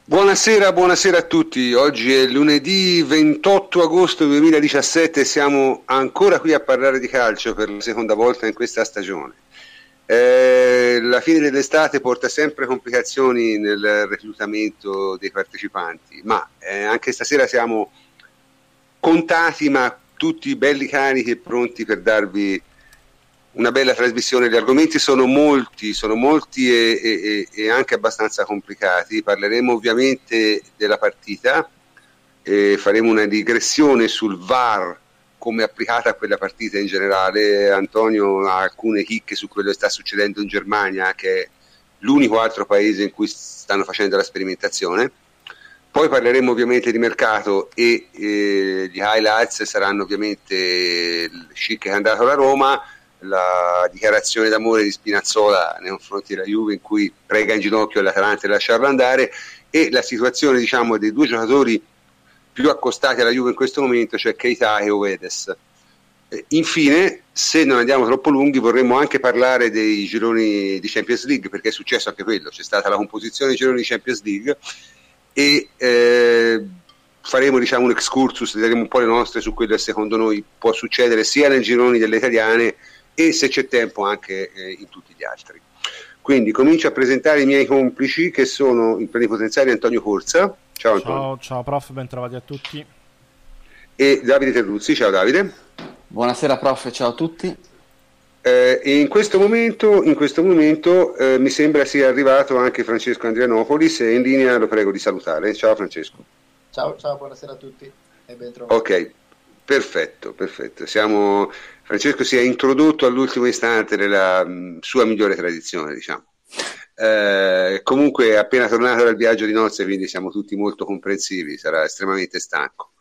Buonasera, buonasera a tutti. Oggi è lunedì 28 agosto 2017 e siamo ancora qui a parlare di calcio per la seconda volta in questa stagione. La fine dell'estate porta sempre complicazioni nel reclutamento dei partecipanti, ma anche stasera siamo contati, ma tutti belli carichi e pronti per darvi una bella trasmissione. Gli argomenti sono molti e anche abbastanza complicati. Parleremo ovviamente della partita, faremo una digressione sul VAR come applicata a quella partita in generale. Antonio ha alcune chicche su quello che sta succedendo in Germania, che è l'unico altro paese in cui stanno facendo la sperimentazione. Poi parleremo ovviamente di mercato e gli highlights saranno ovviamente il Schick che è andato alla Roma, la dichiarazione d'amore di Spinazzola nei confronti della Juve in cui prega in ginocchio l'Atalanta di lasciarlo andare, e la situazione, diciamo, dei due giocatori più accostati alla Juve in questo momento, cioè Keita e Guedes. Infine, se non andiamo troppo lunghi, vorremmo anche parlare dei gironi di Champions League, perché è successo anche quello, c'è stata la composizione dei gironi di Champions League e faremo, diciamo, un excursus, daremo un po' le nostre su quello che secondo noi può succedere sia nei gironi delle italiane e, se c'è tempo, anche in tutti gli altri. Quindi comincio a presentare i miei complici, che sono il plenipotenziario Antonio Corsa. Ciao Antonio. Ciao prof, ben trovati a tutti. E Davide Terruzzi. Ciao Davide. Buonasera prof, ciao a tutti. E in questo momento mi sembra sia arrivato anche Francesco Andrianopolis, e in linea lo prego di salutare. Ciao Francesco. Ciao, buonasera a tutti e ben trovati. Ok, perfetto. Francesco si è introdotto all'ultimo istante nella sua migliore tradizione, diciamo. Comunque è appena tornato dal viaggio di nozze, quindi siamo tutti molto comprensivi, sarà estremamente stanco.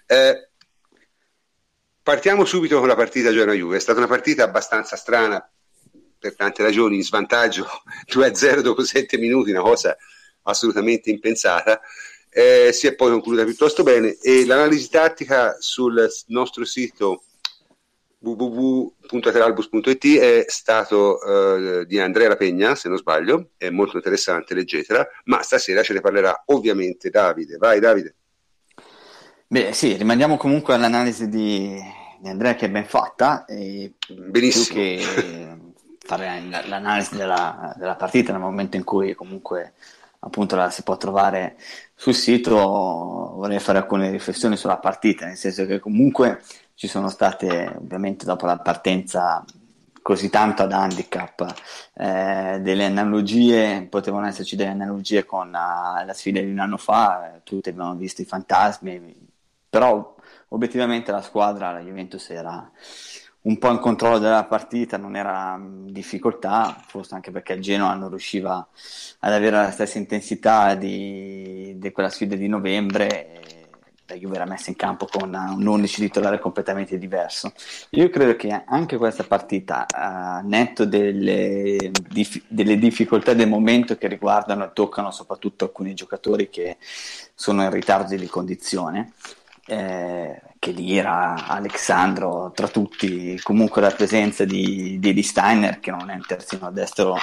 Partiamo subito con la partita Genoa-Juve. È stata una partita abbastanza strana per tante ragioni, in svantaggio 2-0 dopo 7 minuti, una cosa assolutamente impensata. Si è poi conclusa piuttosto bene, e l'analisi tattica sul nostro sito www.ateralbus.it è stato di Andrea Lapegna, se non sbaglio, è molto interessante, leggetela, ma stasera ce ne parlerà ovviamente Davide. Vai Davide. Beh sì, rimaniamo comunque all'analisi di Andrea, che è ben fatta, e benissimo, più che fare l'analisi della partita nel momento in cui comunque appunto la si può trovare sul sito, vorrei fare alcune riflessioni sulla partita, nel senso che comunque ci sono state, ovviamente dopo la partenza così tanto ad handicap, delle analogie, potevano esserci delle analogie con la sfida di un anno fa, tutti abbiamo visto i fantasmi, però obiettivamente la squadra, la Juventus, era un po' in controllo della partita, non era in difficoltà, forse anche perché il Genoa non riusciva ad avere la stessa intensità di quella sfida di novembre, e la Juve era messa in campo con un 11 titolare completamente diverso. Io credo che anche questa partita, netto delle difficoltà del momento che riguardano e toccano soprattutto alcuni giocatori che sono in ritardo di condizione, che lì era Alexandro tra tutti, comunque la presenza di Steiner, che non è un terzino destro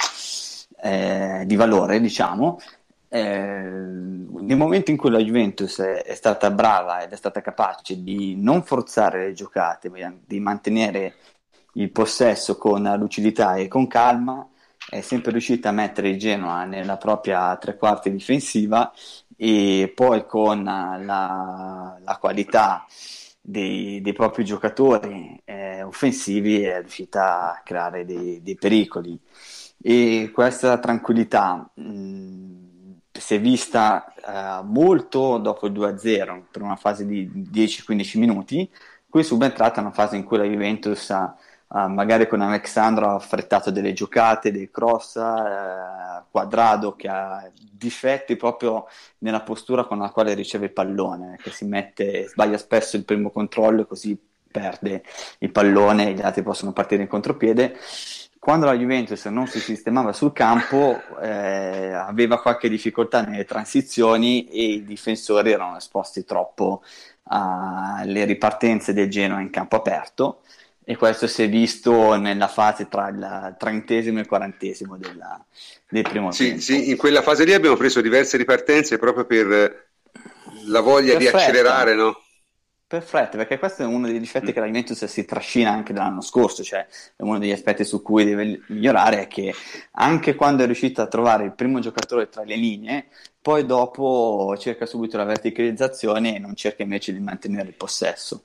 di valore, diciamo. Nel momento in cui la Juventus è stata brava ed è stata capace di non forzare le giocate, di mantenere il possesso con lucidità e con calma, è sempre riuscita a mettere il Genoa nella propria tre quarti difensiva, e poi con la qualità dei propri giocatori offensivi è riuscita a creare dei pericoli, e questa tranquillità si è vista molto dopo il 2-0 per una fase di 10-15 minuti. Qui è subentrata una fase in cui la Juventus magari con Alexandro ha affrettato delle giocate, dei cross, Quadrado che ha difetti proprio nella postura con la quale riceve il pallone, che sbaglia spesso il primo controllo e così perde il pallone e gli altri possono partire in contropiede. Quando la Juventus non si sistemava sul campo, aveva qualche difficoltà nelle transizioni e i difensori erano esposti troppo alle ripartenze del Genoa in campo aperto, e questo si è visto nella fase tra il 30° e il 40° del primo Sì, tempo. sì, in quella fase lì abbiamo preso diverse ripartenze proprio per la voglia Per di accelerare, fretta, no? per fretta, perché questo è uno dei difetti Mm. che la Juventus si trascina anche dall'anno scorso, cioè è uno degli aspetti su cui deve migliorare, è che anche quando è riuscito a trovare il primo giocatore tra le linee, poi dopo cerca subito la verticalizzazione e non cerca invece di mantenere il possesso.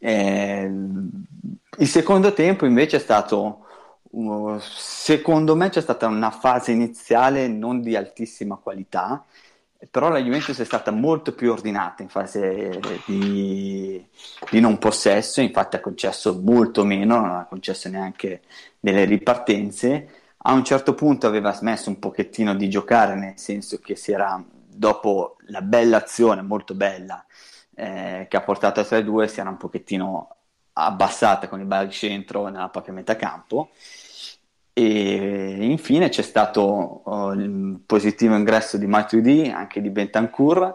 Il secondo tempo invece è stato, secondo me c'è stata una fase iniziale non di altissima qualità, però la Juventus è stata molto più ordinata in fase di non possesso, infatti ha concesso molto meno, non ha concesso neanche delle ripartenze. A un certo punto aveva smesso un pochettino di giocare, nel senso che si era, dopo la bella azione, molto bella, che ha portato a 3-2, si era un pochettino abbassata con il baricentro nella propria metà campo. E infine c'è stato il positivo ingresso di Matuidi, anche di Bentancur,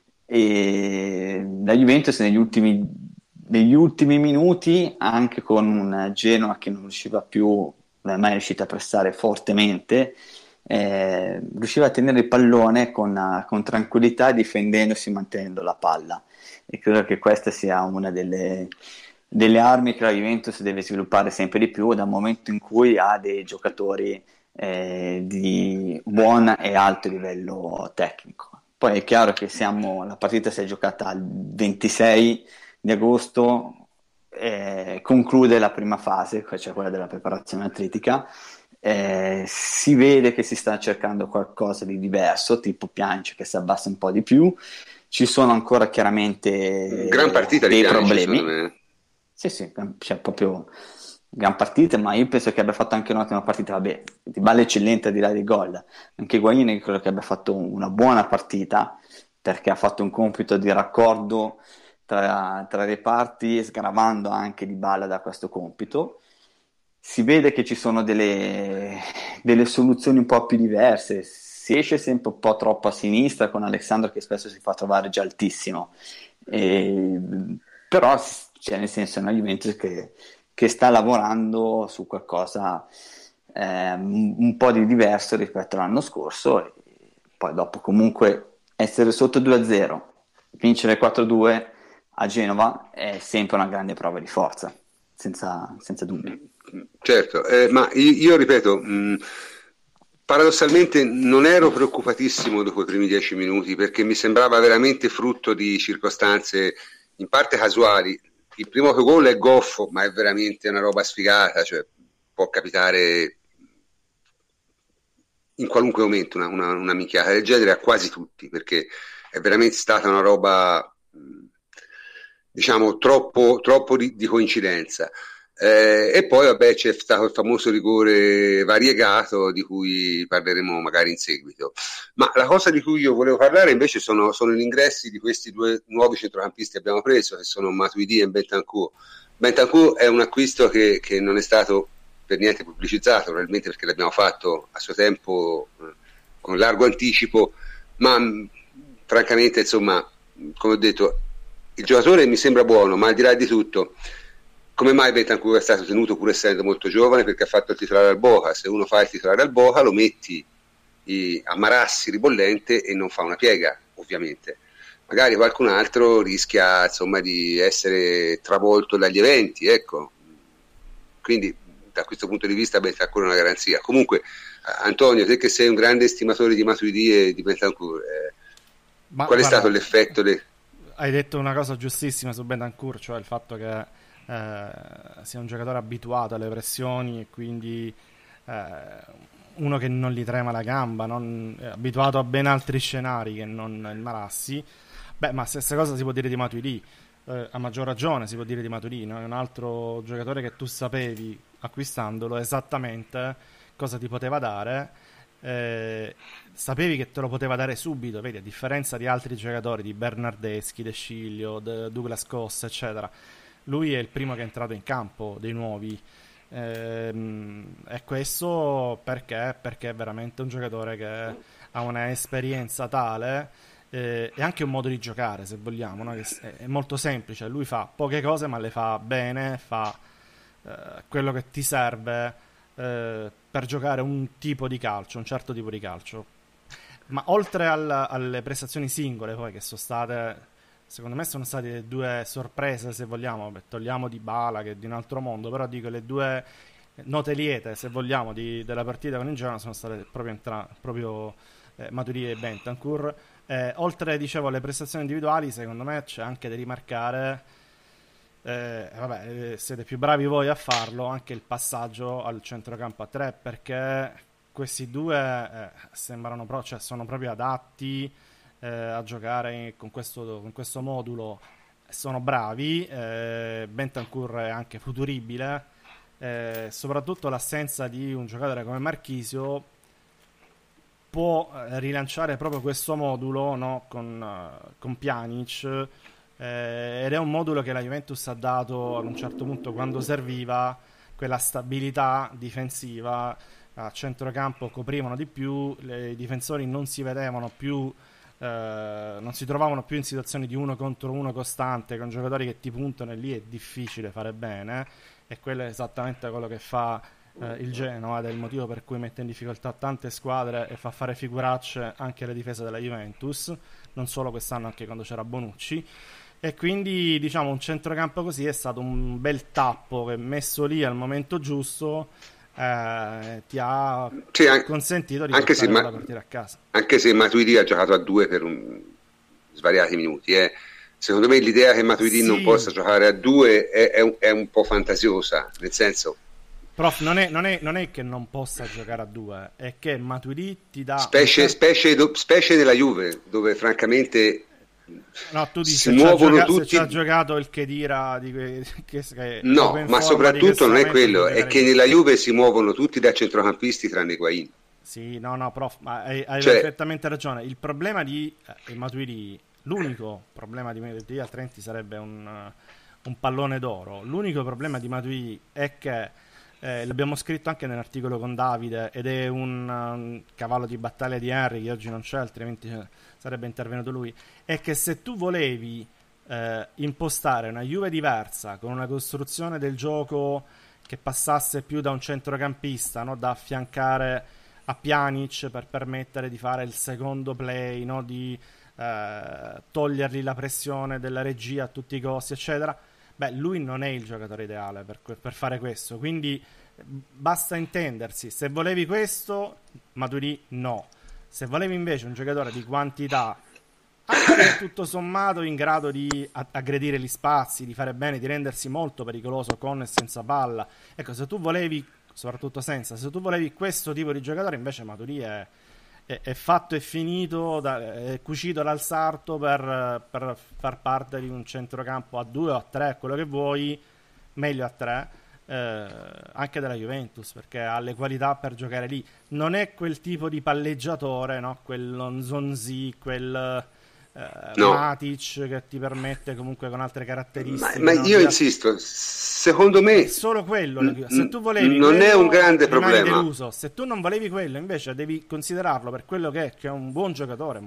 e la Juventus negli ultimi minuti, anche con un Genoa che non riusciva più, non è mai riuscita a pressare fortemente, riusciva a tenere il pallone con tranquillità, difendendosi, mantenendo la palla. E credo che questa sia una delle armi che la Juventus deve sviluppare sempre di più, dal momento in cui ha dei giocatori di buon e alto livello tecnico. Poi è chiaro che la partita si è giocata il 26 di agosto, conclude la prima fase, cioè quella della preparazione atletica. Si vede che si sta cercando qualcosa di diverso, tipo Pjanic che si abbassa un po' di più. Ci sono ancora chiaramente Gran partita di dei Pjanic, secondo problemi. me. Sì, c'è proprio gran partita, ma io penso che abbia fatto anche un'ottima partita. Vabbè, Dybala è eccellente al di là dei gol. Anche Higuain credo che abbia fatto una buona partita, perché ha fatto un compito di raccordo tra i reparti, sgravando anche Dybala da questo compito. Si vede che ci sono delle soluzioni un po' più diverse. Si esce sempre un po' troppo a sinistra con Alexandro, che spesso si fa trovare già altissimo. E, però cioè, nel senso è una Juventus che sta lavorando su qualcosa un po' di diverso rispetto all'anno scorso, e poi dopo comunque essere sotto 2-0, vincere 4-2 a Genova è sempre una grande prova di forza, senza dubbio. Certo, ma io ripeto, paradossalmente non ero preoccupatissimo dopo i primi 10 minuti, perché mi sembrava veramente frutto di circostanze in parte casuali. Il primo gol è goffo, ma è veramente una roba sfigata, cioè può capitare in qualunque momento una minchiata del genere a quasi tutti, perché è veramente stata una roba, diciamo, troppo di coincidenza. E poi vabbè c'è stato il famoso rigore variegato di cui parleremo magari in seguito, ma la cosa di cui io volevo parlare invece sono gli ingressi di questi due nuovi centrocampisti che abbiamo preso, che sono Matuidi e Bentancur. Bentancur è un acquisto che non è stato per niente pubblicizzato, probabilmente perché l'abbiamo fatto a suo tempo con largo anticipo, ma francamente insomma, come ho detto, il giocatore mi sembra buono, ma al di là di tutto, come mai Bentancur è stato tenuto pur essendo molto giovane? Perché ha fatto il titolare al Boca. Se uno fa il titolare al Boca lo metti a Marassi ribollente e non fa una piega, ovviamente. Magari qualcun altro rischia insomma di essere travolto dagli eventi, ecco. Quindi da questo punto di vista Bentancur è una garanzia. Comunque Antonio, te che sei un grande estimatore di Matuidi e di Bentancur, Ma qual è guarda, stato l'effetto? hai detto una cosa giustissima su Bentancur, cioè il fatto che sia un giocatore abituato alle pressioni e quindi uno che non gli trema la gamba, è abituato a ben altri scenari che non il Marassi. Beh, ma stessa cosa si può dire di Matuidi, a maggior ragione si può dire di Matuidi, no? È un altro giocatore che tu sapevi acquistandolo esattamente cosa ti poteva dare, sapevi che te lo poteva dare subito, vedi, a differenza di altri giocatori, di Bernardeschi, De Sciglio, Douglas Costa, eccetera. Lui è il primo che è entrato in campo dei nuovi, e questo perché è veramente un giocatore che ha una esperienza tale, e anche un modo di giocare, se vogliamo, no? Che è molto semplice. Lui fa poche cose ma le fa bene, quello che ti serve per giocare un tipo di calcio, un certo tipo di calcio. Ma oltre alle prestazioni singole, poi che sono state, secondo me, sono state due sorprese, se vogliamo. Beh, togliamo Dybala che è di un altro mondo, però dico le due note liete, se vogliamo, della partita con il Genoa sono state proprio Matuidi e Bentancur. Oltre, dicevo, alle prestazioni individuali, secondo me c'è anche da rimarcare, siete più bravi voi a farlo, anche il passaggio al centrocampo a 3, perché questi due sembrano cioè sono proprio adatti a giocare con questo modulo, sono bravi. Bentancur è anche futuribile, soprattutto l'assenza di un giocatore come Marchisio può rilanciare proprio questo modulo, no? Con Pjanic, ed è un modulo che la Juventus ha dato ad un certo punto quando serviva, quella stabilità difensiva. A centrocampo coprivano di più, i difensori non si vedevano più, non si trovavano più in situazioni di uno contro uno costante con giocatori che ti puntano, e lì è difficile fare bene, e quello è esattamente quello che fa il Genoa, ed è il motivo per cui mette in difficoltà tante squadre e fa fare figuracce anche alle difese della Juventus, non solo quest'anno, anche quando c'era Bonucci. E quindi, diciamo, un centrocampo così è stato un bel tappo che, messo lì al momento giusto, ti ha consentito di portare la partita a casa. Anche se Matuidi ha giocato a 2 per svariati minuti, secondo me l'idea che Matuidi non possa giocare a 2 è un po' fantasiosa, nel senso, prof, non è che non possa giocare a 2, è che Matuidi ti dà specie nella Juve, dove francamente tu dici, si muovono tutti. Se ci ha giocato il Khedira no, ma soprattutto non è quello, è che nella Juve si muovono tutti da centrocampisti tranne Higuain. Sì, no, prof, ma hai perfettamente ragione. Il problema di Matuidi, l'unico problema di Matuidi, altrimenti sarebbe un pallone d'oro. L'unico problema di Matuidi è che l'abbiamo scritto anche nell'articolo con Davide, ed è un cavallo di battaglia di Henry che oggi non c'è, altrimenti sarebbe intervenuto lui. È che se tu volevi impostare una Juve diversa, con una costruzione del gioco che passasse più da un centrocampista, no? Da affiancare a Pjanic per permettere di fare il secondo play, no? Di togliergli la pressione della regia a tutti i costi, eccetera. Beh, lui non è il giocatore ideale per fare questo, quindi basta intendersi. Se volevi questo, Matuidi no. Se volevi invece un giocatore di quantità, anche tutto sommato in grado di aggredire gli spazi, di fare bene, di rendersi molto pericoloso con e senza palla, ecco, se tu volevi, soprattutto senza, se tu volevi questo tipo di giocatore, invece Matuidi è fatto e finito, è cucito dal sarto per far parte di un centrocampo a 2 o a 3, quello che vuoi, meglio a 3, anche della Juventus, perché ha le qualità per giocare lì. Non è quel tipo di palleggiatore, no? Quel Nzonzi, quel Matic, che ti permette comunque con altre caratteristiche. Ma io insisto, secondo me è solo quello. Se tu volevi non quello, è un grande problema. Deluso. Se tu non volevi quello, invece devi considerarlo per quello che è un buon giocatore.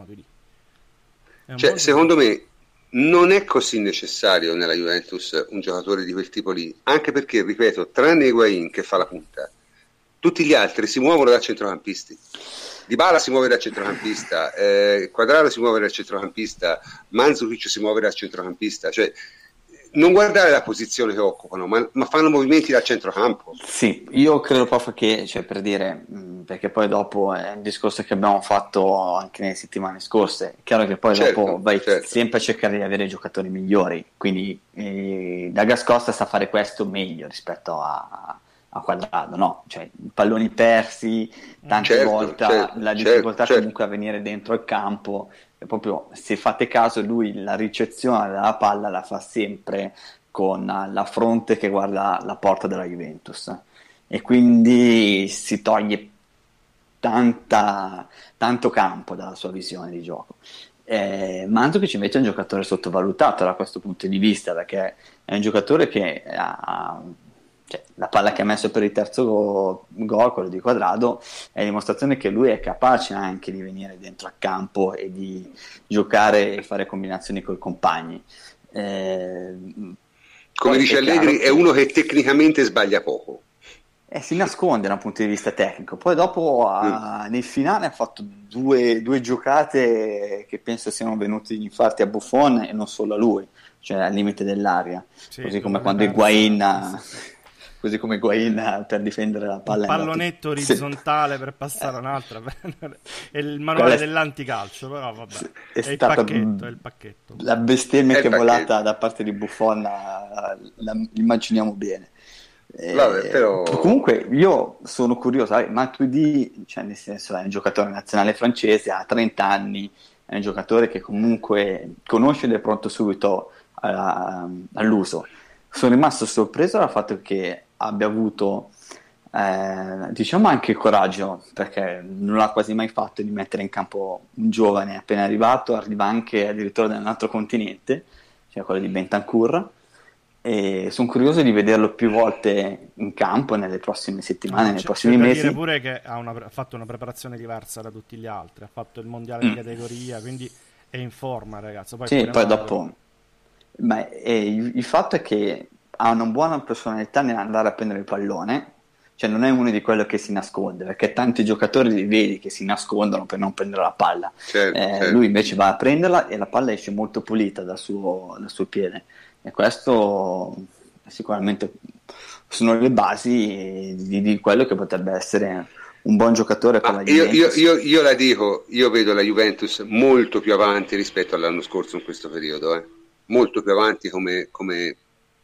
Secondo me non è così necessario nella Juventus un giocatore di quel tipo lì, anche perché, ripeto, tranne Higuain che fa la punta, tutti gli altri si muovono da centrocampisti. Dybala si muove da centrocampista, Quadrado si muove da centrocampista, Mandzukic si muove da centrocampista, cioè non guardare la posizione che occupano, ma fanno movimenti da centrocampo. Sì, io credo proprio che, cioè, per dire, perché poi dopo è un discorso che abbiamo fatto anche nelle settimane scorse, è chiaro che poi dopo vai sempre a cercare di avere giocatori migliori, quindi Douglas Costa sa fare questo meglio rispetto a Quadrado, no? Cioè, palloni persi tante volte, la difficoltà comunque a venire dentro il campo, è proprio, se fate caso, lui la ricezione della palla la fa sempre con la fronte che guarda la porta della Juventus, e quindi si toglie tanto campo dalla sua visione di gioco. Mandzukic invece è un giocatore sottovalutato da questo punto di vista, perché è un giocatore che la palla che ha messo per il terzo gol, quello di Quadrado, è dimostrazione che lui è capace anche di venire dentro al campo e di giocare e fare combinazioni con i compagni. Come dice Allegri, è uno che tecnicamente sbaglia poco. Si nasconde da un punto di vista tecnico. Poi dopo nel finale ha fatto due giocate che penso siano venuti gli infarti a Buffon e non solo a lui, cioè al limite dell'aria. Sì, così come quando così come Higuain per difendere la palla. Un pallonetto orizzontale per passare un'altra. È il manuale dell'anticalcio, però vabbè. È il pacchetto. La bestemmia che è volata da parte di Buffon la immaginiamo bene. Vabbè, però... Comunque io sono curioso, Matuidi, cioè nel senso è un giocatore nazionale francese, ha 30 anni, è un giocatore che comunque conosce ed è pronto subito all'uso. Sono rimasto sorpreso dal fatto che abbia avuto diciamo anche il coraggio, perché non l'ha quasi mai fatto, di mettere in campo un giovane appena arrivato, arriva anche addirittura da un altro continente, cioè quello di Bentancur, e sono curioso di vederlo più volte in campo nelle prossime settimane, nei prossimi mesi. C'è da dire pure che ha fatto una preparazione diversa da tutti gli altri, ha fatto il mondiale di categoria, quindi è in forma, ragazzo. Poi Dopo il fatto è che ha una buona personalità nell'andare a prendere il pallone, cioè non è uno di quello che si nasconde, perché tanti giocatori li vedi che si nascondono per non prendere la palla. Certo. Lui invece va a prenderla e la palla esce molto pulita dal suo piede, e questo sicuramente sono le basi di quello che potrebbe essere un buon giocatore per la Juventus. Io la dico, io vedo la Juventus molto più avanti rispetto all'anno scorso in questo periodo, molto più avanti come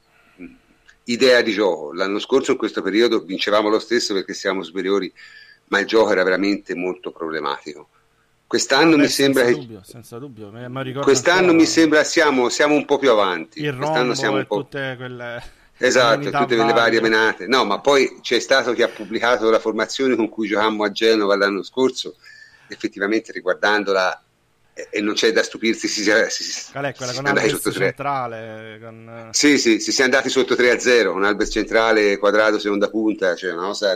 idea di gioco. L'anno scorso in questo periodo vincevamo lo stesso perché siamo superiori, ma il gioco era veramente molto problematico. Quest'anno mi sembra senza dubbio. Quest'anno mi sembra siamo un po' più avanti. Il Quest'anno siamo un po' tutte quelle tutte quelle varie menate. No, ma poi c'è stato chi ha pubblicato la formazione con cui giocammo a Genova l'anno scorso, effettivamente riguardandola, e non c'è da stupirsi, quella con Albert centrale sì, si è andati sotto 3-0 con Albert centrale, Quadrado seconda punta, cioè una cosa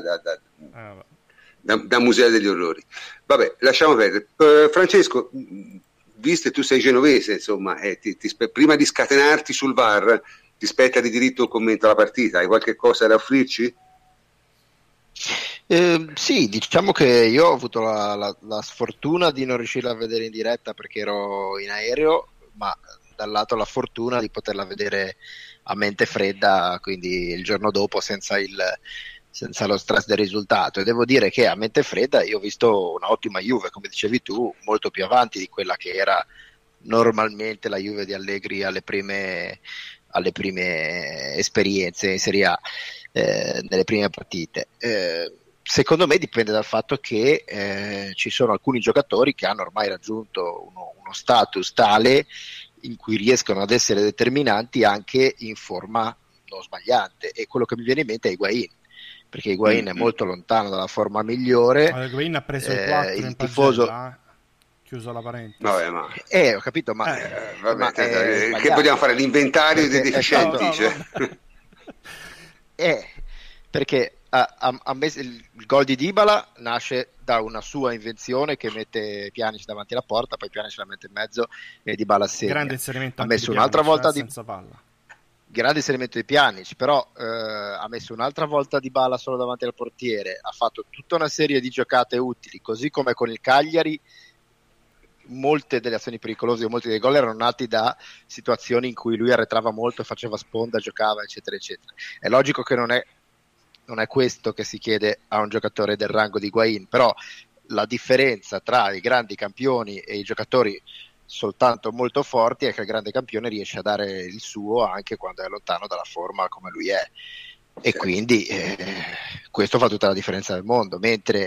da museo degli orrori. Vabbè, lasciamo perdere. Francesco, visto che tu sei genovese, insomma, prima di scatenarti sul VAR ti spetta di diritto un commento alla partita. Hai qualche cosa da offrirci? Sì, diciamo che io ho avuto la sfortuna di non riuscirla a vedere in diretta perché ero in aereo, ma dal lato la fortuna di poterla vedere a mente fredda, quindi il giorno dopo senza lo stress del risultato, e devo dire che a mente fredda io ho visto un'ottima Juve, come dicevi tu, molto più avanti di quella che era normalmente la Juve di Allegri alle prime esperienze in Serie A, nelle prime partite. Secondo me dipende dal fatto che ci sono alcuni giocatori che hanno ormai raggiunto uno status tale in cui riescono ad essere determinanti anche in forma non sbagliante, e quello che mi viene in mente è Higuain, perché Higuain è molto lontano dalla forma migliore. Higuain ha preso il 4 il in tifoso pagella, chiuso la parentesi. Vabbè, ma ho capito, ma che vogliamo fare l'inventario dei deficienti? Perché a me il gol di Dybala nasce da una sua invenzione che mette Pjanic davanti alla porta, poi Pjanic la mette in mezzo e Dybala segna. Grande inserimento, ha messo un'altra volta senza palla. Grande inserimento di Pjanic, però ha messo un'altra volta Dybala solo davanti al portiere, ha fatto tutta una serie di giocate utili, così come con il Cagliari molte delle azioni pericolose o molti dei gol erano nati da situazioni in cui lui arretrava molto, faceva sponda, giocava, eccetera eccetera. È logico che non è questo che si chiede a un giocatore del rango di Higuain, però la differenza tra i grandi campioni e i giocatori soltanto molto forti è che il grande campione riesce a dare il suo anche quando è lontano dalla forma come lui è, e quindi questo fa tutta la differenza del mondo, mentre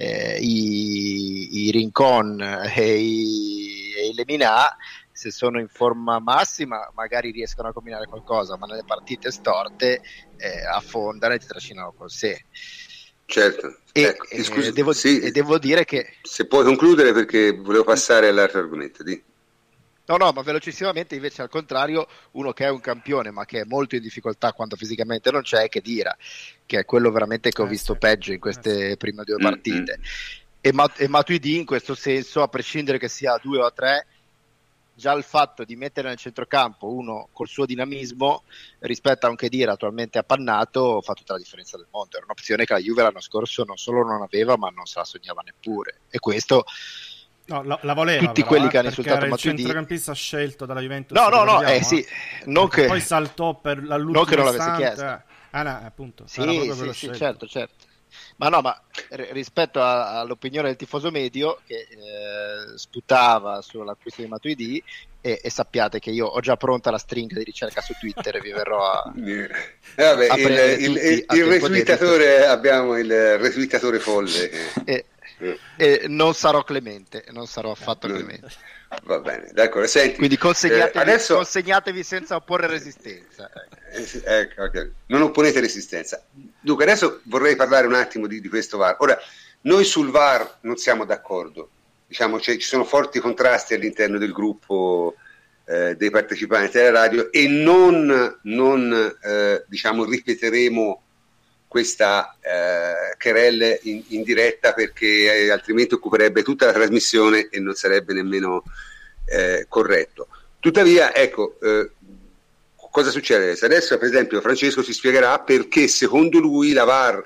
i Rincon e i Lemina, se sono in forma massima magari riescono a combinare qualcosa, ma nelle partite storte affondano e ti trascinano con sé. Certo, devo dire che, se puoi concludere, perché volevo passare all'altro argomento. No, ma velocissimamente, invece, al contrario, uno che è un campione ma che è molto in difficoltà quando fisicamente non c'è, che Dira, che è quello veramente che ho visto peggio in queste prime due partite. E Matuidi in questo senso, a prescindere che sia a 2 o a 3, già il fatto di mettere nel centrocampo uno col suo dinamismo rispetto a un Khedira attualmente appannato fa tutta la differenza del mondo. Era un'opzione che la Juve l'anno scorso non solo non aveva, ma non se la sognava neppure, e questo la voleva, tutti però, quelli che hanno perché insultato era il Matuidi, centrocampista scelto dalla Juventus, sì, non che poi saltò per all'ultimo non che non l'avesse istante. chiesto. No, appunto, era proprio quello sì, scelto. certo. Ma rispetto all'opinione del tifoso medio che sputava sull'acquisto di Matuidi, e sappiate che io ho già pronta la stringa di ricerca su Twitter e vi verrò a prendere tutti a il tempo retweetatore debito. Abbiamo il retweetatore folle e non sarò clemente, non sarò affatto clemente. Va bene, d'accordo. Senti, quindi adesso consegnatevi senza opporre resistenza. Ecco, okay. Non opponete resistenza. Dunque, adesso vorrei parlare un attimo di questo VAR. Ora, noi sul VAR non siamo d'accordo. Diciamo, ci sono forti contrasti all'interno del gruppo dei partecipanti alla radio, e non diciamo ripeteremo questa querelle in diretta, perché altrimenti occuperebbe tutta la trasmissione e non sarebbe nemmeno corretto. Tuttavia, ecco, cosa succede? Adesso, per esempio, Francesco ci spiegherà perché secondo lui il VAR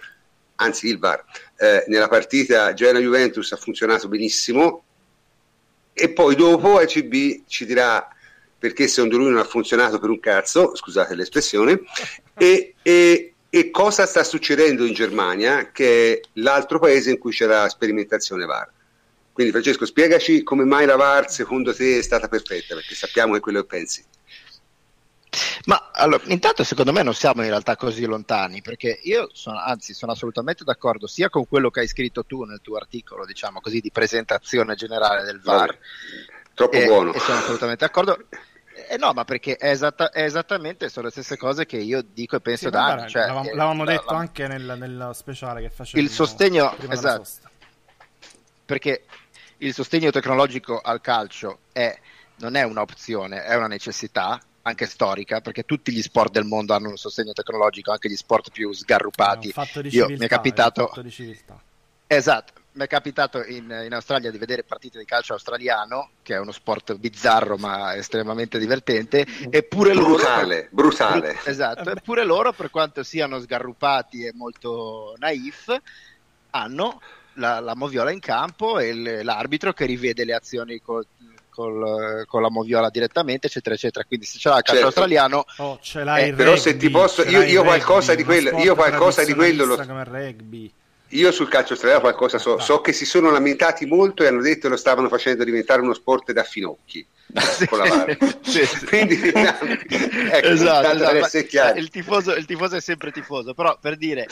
nella partita Genoa-Juventus ha funzionato benissimo, e poi dopo ACB ci dirà perché secondo lui non ha funzionato per un cazzo, scusate l'espressione, e cosa sta succedendo in Germania, che è l'altro paese in cui c'è la sperimentazione VAR. Quindi Francesco, spiegaci come mai la VAR secondo te è stata perfetta, perché sappiamo che è quello che pensi. Ma allora, intanto secondo me non siamo in realtà così lontani, perché io sono assolutamente d'accordo sia con quello che hai scritto tu nel tuo articolo, diciamo così, di presentazione generale del VAR. Vabbè, troppo buono. E sono assolutamente d'accordo. No, ma perché è esattamente sono le stesse cose che io dico e penso da anni. Cioè, l'avevamo detto anche nella speciale che facevamo il sostegno, prima della sosta. Perché il sostegno tecnologico al calcio non è un'opzione, è una necessità anche storica, perché tutti gli sport del mondo hanno un sostegno tecnologico, anche gli sport più sgarrupati. Mi è capitato, fatto di civiltà. Esatto, mi è capitato in Australia di vedere partite di calcio australiano, che è uno sport bizzarro ma estremamente divertente, eppure brutale. Esatto, eppure loro, per quanto siano sgarrupati e molto naif, hanno la moviola in campo e l'arbitro che rivede le azioni con la moviola direttamente, eccetera eccetera. Quindi se c'è il calcio australiano, ce l'hai però rugby, se ti posso, io qualcosa di quello lo come rugby. Io sul calcio australiano qualcosa so che si sono lamentati molto e hanno detto che lo stavano facendo diventare uno sport da finocchi. Con la VAR. Sì. Quindi ecco, esatto. Il tifoso è sempre tifoso, però per dire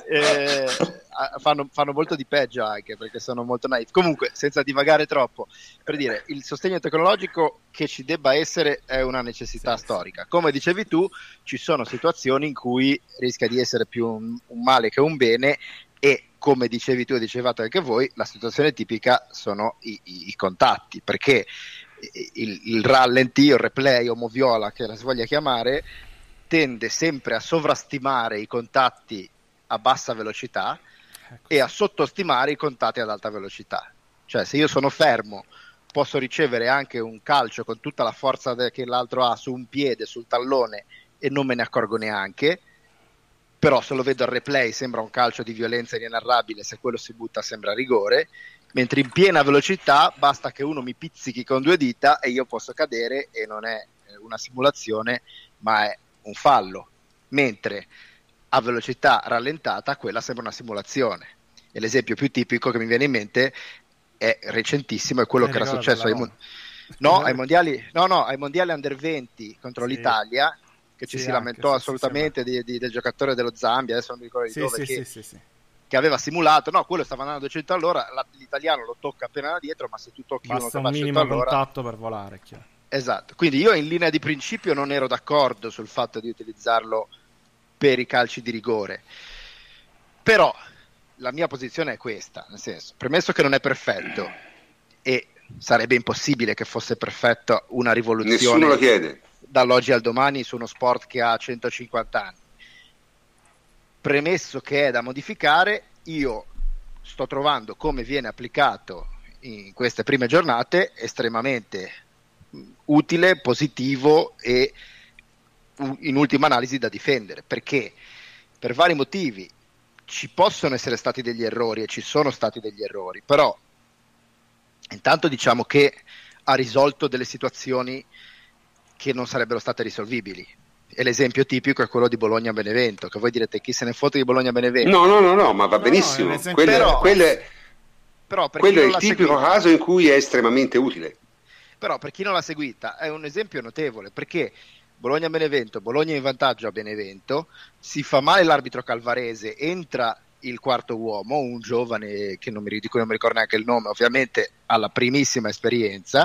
fanno molto di peggio, anche perché sono molto naif. Comunque, senza divagare troppo, per dire, il sostegno tecnologico che ci debba essere è una necessità storica. Come dicevi tu, ci sono situazioni in cui rischia di essere più un male che un bene, e come dicevi tu e dicevate anche voi, la situazione tipica sono i contatti, perché il rallenti, il replay o moviola che la si voglia chiamare, tende sempre a sovrastimare i contatti a bassa velocità e a sottostimare i contatti ad alta velocità. Cioè, se io sono fermo posso ricevere anche un calcio con tutta la forza che l'altro ha su un piede, sul tallone, e non me ne accorgo neanche. Però se lo vedo al replay sembra un calcio di violenza inenarrabile, se quello si butta sembra rigore, mentre in piena velocità basta che uno mi pizzichi con due dita e io posso cadere, e non è una simulazione ma è un fallo, mentre a velocità rallentata quella sembra una simulazione. E l'esempio più tipico che mi viene in mente è recentissimo, è quello che era successo ai mondiali Under 20 contro l'Italia, che ci si lamentò assolutamente del giocatore dello Zambia, adesso non mi ricordo di dove, che aveva simulato. No, quello stava andando a 200 all'ora, l'italiano lo tocca appena da dietro, ma se tu tocchi uno che va a 100 all'ora... minimo contatto per volare, chiaro. Esatto, quindi io in linea di principio non ero d'accordo sul fatto di utilizzarlo per i calci di rigore, però la mia posizione è questa, nel senso, premesso che non è perfetto, e sarebbe impossibile che fosse perfetta una rivoluzione, nessuno lo chiede, dall'oggi al domani su uno sport che ha 150 anni. Premesso che è da modificare, io sto trovando come viene applicato in queste prime giornate estremamente utile, positivo e in ultima analisi da difendere, perché per vari motivi ci possono essere stati degli errori e ci sono stati degli errori, però intanto diciamo che ha risolto delle situazioni che non sarebbero state risolvibili, e l'esempio tipico è quello di Bologna-Benevento, che voi direte chi se ne fotte di Bologna-Benevento. No, ma va benissimo, quello è il tipico caso in cui è estremamente utile. Però per chi non l'ha seguita è un esempio notevole, perché Bologna-Benevento, Bologna in vantaggio a Benevento, si fa male l'arbitro Calvarese, entra il quarto uomo, un giovane che non mi ricordo neanche il nome, ovviamente alla primissima esperienza,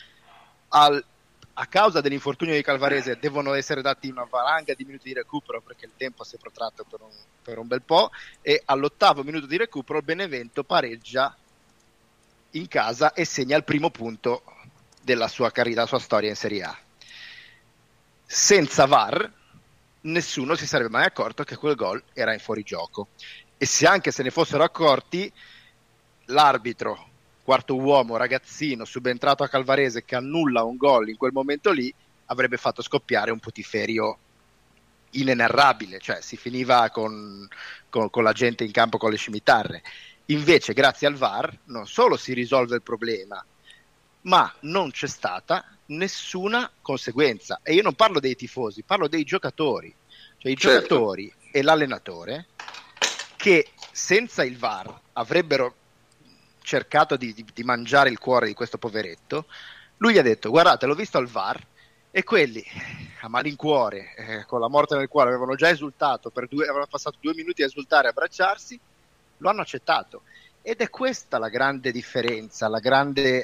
a causa dell'infortunio di Calvarese devono essere dati una valanga di minuti di recupero perché il tempo si è protratto per un bel po', e all'8° minuto di recupero il Benevento pareggia in casa e segna il primo punto della sua carriera, la sua storia in Serie A. Senza VAR nessuno si sarebbe mai accorto che quel gol era in fuorigioco, e se anche se ne fossero accorti, l'arbitro quarto uomo ragazzino subentrato a Calvarese che annulla un gol in quel momento lì avrebbe fatto scoppiare un putiferio inenarrabile, cioè si finiva con la gente in campo con le scimitarre. Invece grazie al VAR non solo si risolve il problema, ma non c'è stata nessuna conseguenza, e io non parlo dei tifosi, parlo dei giocatori, cioè i giocatori e l'allenatore, che senza il VAR avrebbero cercato di mangiare il cuore di questo poveretto. Lui gli ha detto: guardate, l'ho visto al VAR, e quelli a malincuore, con la morte nel cuore, avevano già esultato avevano passato 2 minuti a esultare e abbracciarsi, lo hanno accettato. Ed è questa la grande differenza, la grande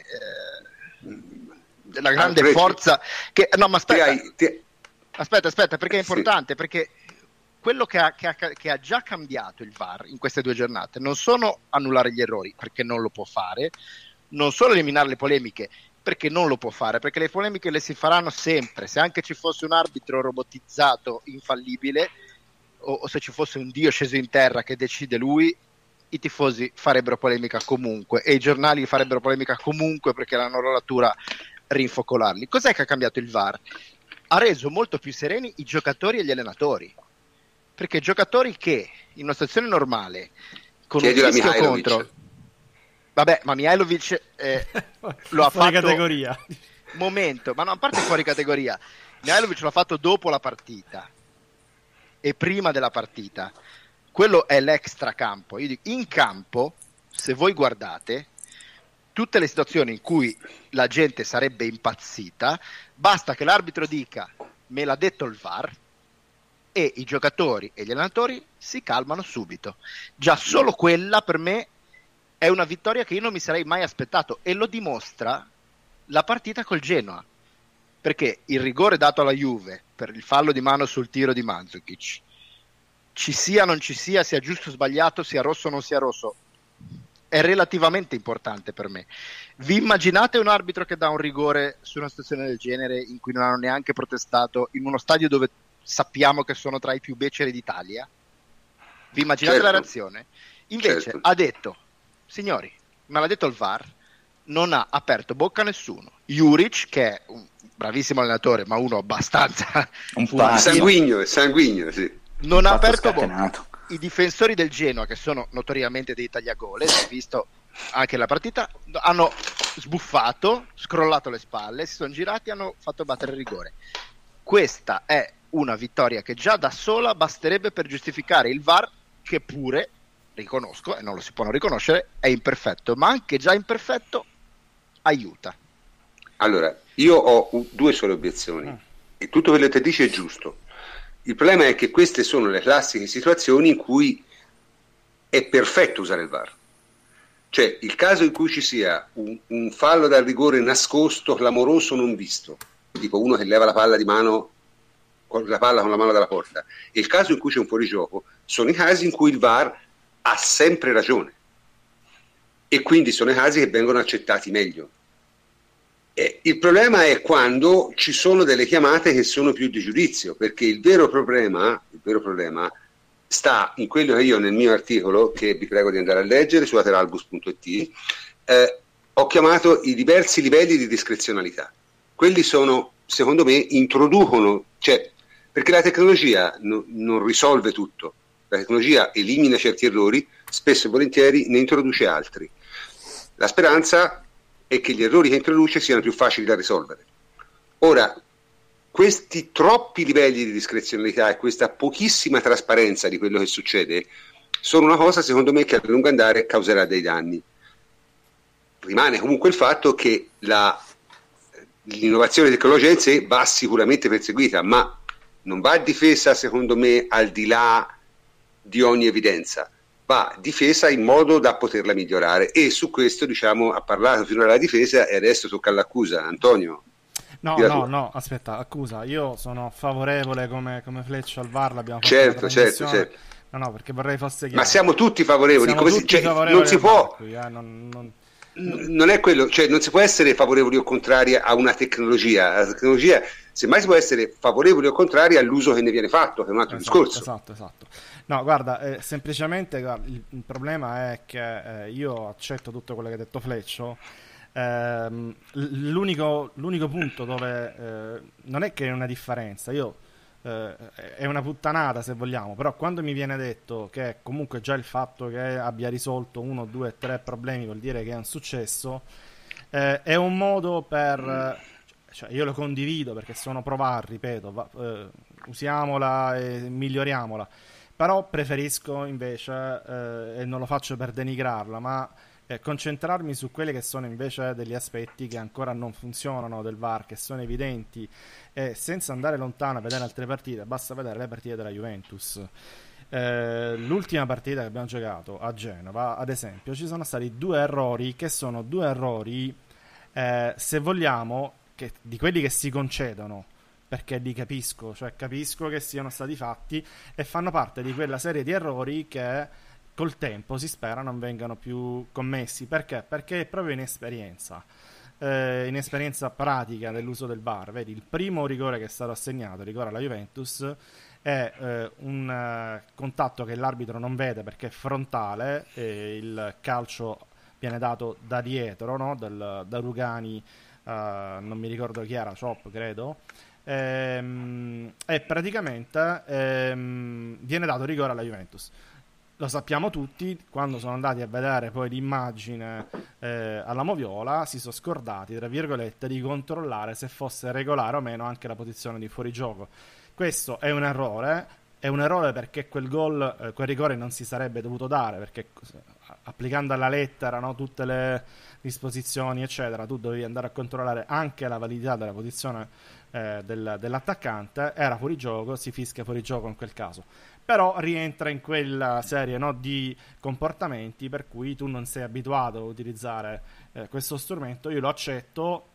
forza che... No, ma aspetta, perché è importante, perché quello che ha già cambiato il VAR in queste 2 giornate non sono annullare gli errori, perché non lo può fare, non solo eliminare le polemiche, perché non lo può fare, perché le polemiche le si faranno sempre, se anche ci fosse un arbitro robotizzato infallibile, o se ci fosse un dio sceso in terra che decide lui, i tifosi farebbero polemica comunque e i giornali farebbero polemica comunque, perché la loro natura rinfocolarli. Cos'è che ha cambiato il VAR? Ha reso molto più sereni i giocatori e gli allenatori, perché giocatori che in una situazione normale con un fischio contro, vabbè, ma Mihajlovic lo ha fatto categoria. Momento, ma no, a parte fuori categoria, Mihajlovic l'ha fatto dopo la partita e prima della partita. Quello è l'extracampo. Io dico, in campo, se voi guardate tutte le situazioni in cui la gente sarebbe impazzita, basta che l'arbitro dica me l'ha detto il VAR e i giocatori e gli allenatori si calmano subito. Già solo quella per me è una vittoria che io non mi sarei mai aspettato, e lo dimostra la partita col Genoa, perché il rigore dato alla Juve per il fallo di mano sul tiro di Mandzukic, ci sia o non ci sia giusto o sbagliato, sia rosso o non sia rosso, è relativamente importante per me. Vi immaginate un arbitro che dà un rigore su una situazione del genere in cui non hanno neanche protestato, in uno stadio dove sappiamo che sono tra i più beceri d'Italia? Vi immaginate la reazione? Invece ha detto: signori, me l'ha detto il VAR, non ha aperto bocca a nessuno. Juric, che è un bravissimo allenatore, ma uno abbastanza sanguigno, sì. Non ha aperto bocca. I difensori del Genoa, che sono notoriamente dei tagliagole, l'ho visto anche la partita, hanno sbuffato, scrollato le spalle, si sono girati e hanno fatto battere il rigore. Questa è una vittoria che già da sola basterebbe per giustificare il VAR, che pure, riconosco, e non lo si può non riconoscere, è imperfetto, ma anche già imperfetto aiuta. Allora, io ho 2 sole obiezioni, e tutto quello che dice è giusto. Il problema è che queste sono le classiche situazioni in cui è perfetto usare il VAR. Cioè, il caso in cui ci sia un fallo dal rigore nascosto, clamoroso, non visto, tipo uno che leva la palla di mano, la palla con la mano dalla porta, e il caso in cui c'è un fuorigioco, sono i casi in cui il VAR ha sempre ragione, e quindi sono i casi che vengono accettati meglio. Il problema è quando ci sono delle chiamate che sono più di giudizio, perché il vero problema sta in quello che io nel mio articolo, che vi prego di andare a leggere su lateralbus.it, ho chiamato i diversi livelli di discrezionalità. quelli sono, secondo me, introducono, cioè, perché la tecnologia non risolve tutto, la tecnologia elimina certi errori, spesso e volentieri ne introduce altri. La speranza è che gli errori che introduce siano più facili da risolvere. Ora, questi troppi livelli di discrezionalità e questa pochissima trasparenza di quello che succede sono una cosa, secondo me, che a lungo andare causerà dei danni. Rimane comunque il fatto che l'innovazione tecnologica in sé va sicuramente perseguita, ma non va difesa, secondo me, al di là di ogni evidenza, va difesa in modo da poterla migliorare, e su questo, diciamo, ha parlato finora la difesa e adesso tocca all'accusa. Antonio? No, aspetta, accusa, io sono favorevole come Fleccio al VAR, l'abbiamo fatto certo. No, perché vorrei fosse chiaro. Ma siamo tutti favorevoli, non si può... Non è quello, cioè non si può essere favorevoli o contrari a una tecnologia. La tecnologia, semmai si può essere favorevoli o contrari all'uso che ne viene fatto, che è un altro discorso. Esatto. No, guarda, semplicemente il problema è che io accetto tutto quello che ha detto Fleccio. L'unico punto dove non è che è una differenza, è una puttanata se vogliamo, però quando mi viene detto che comunque già il fatto che abbia risolto 1, 2, 3 problemi vuol dire che è un successo, è un modo per, cioè io lo condivido perché sono pro-VAR, ripeto, usiamola e miglioriamola, però preferisco invece, e non lo faccio per denigrarla, ma concentrarmi su quelli che sono invece degli aspetti che ancora non funzionano del VAR, che sono evidenti, e senza andare lontano a vedere altre partite, basta vedere le partite della Juventus. L'ultima partita che abbiamo giocato a Genova, ad esempio, ci sono stati 2 errori che sono 2 errori, se vogliamo, di quelli che si concedono, perché li capisco, cioè capisco che siano stati fatti e fanno parte di quella serie di errori che col tempo si spera non vengano più commessi. Perché? Perché è proprio inesperienza pratica dell'uso del VAR. Vedi, il primo rigore che è stato assegnato, rigore alla Juventus, è un contatto che l'arbitro non vede perché è frontale, e il calcio viene dato da dietro, no? Da Rugani, non mi ricordo chi era, Ciop credo, e praticamente viene dato rigore alla Juventus. Lo sappiamo tutti, quando sono andati a vedere poi l'immagine alla Moviola si sono scordati, tra virgolette, di controllare se fosse regolare o meno anche la posizione di fuorigioco. Questo è un errore perché quel rigore non si sarebbe dovuto dare, perché applicando alla lettera, no, tutte le disposizioni eccetera, tu dovevi andare a controllare anche la validità della posizione dell'attaccante. Era fuorigioco, si fischia fuorigioco in quel caso, però rientra in quella serie, no, di comportamenti per cui tu non sei abituato a utilizzare questo strumento. Io lo accetto,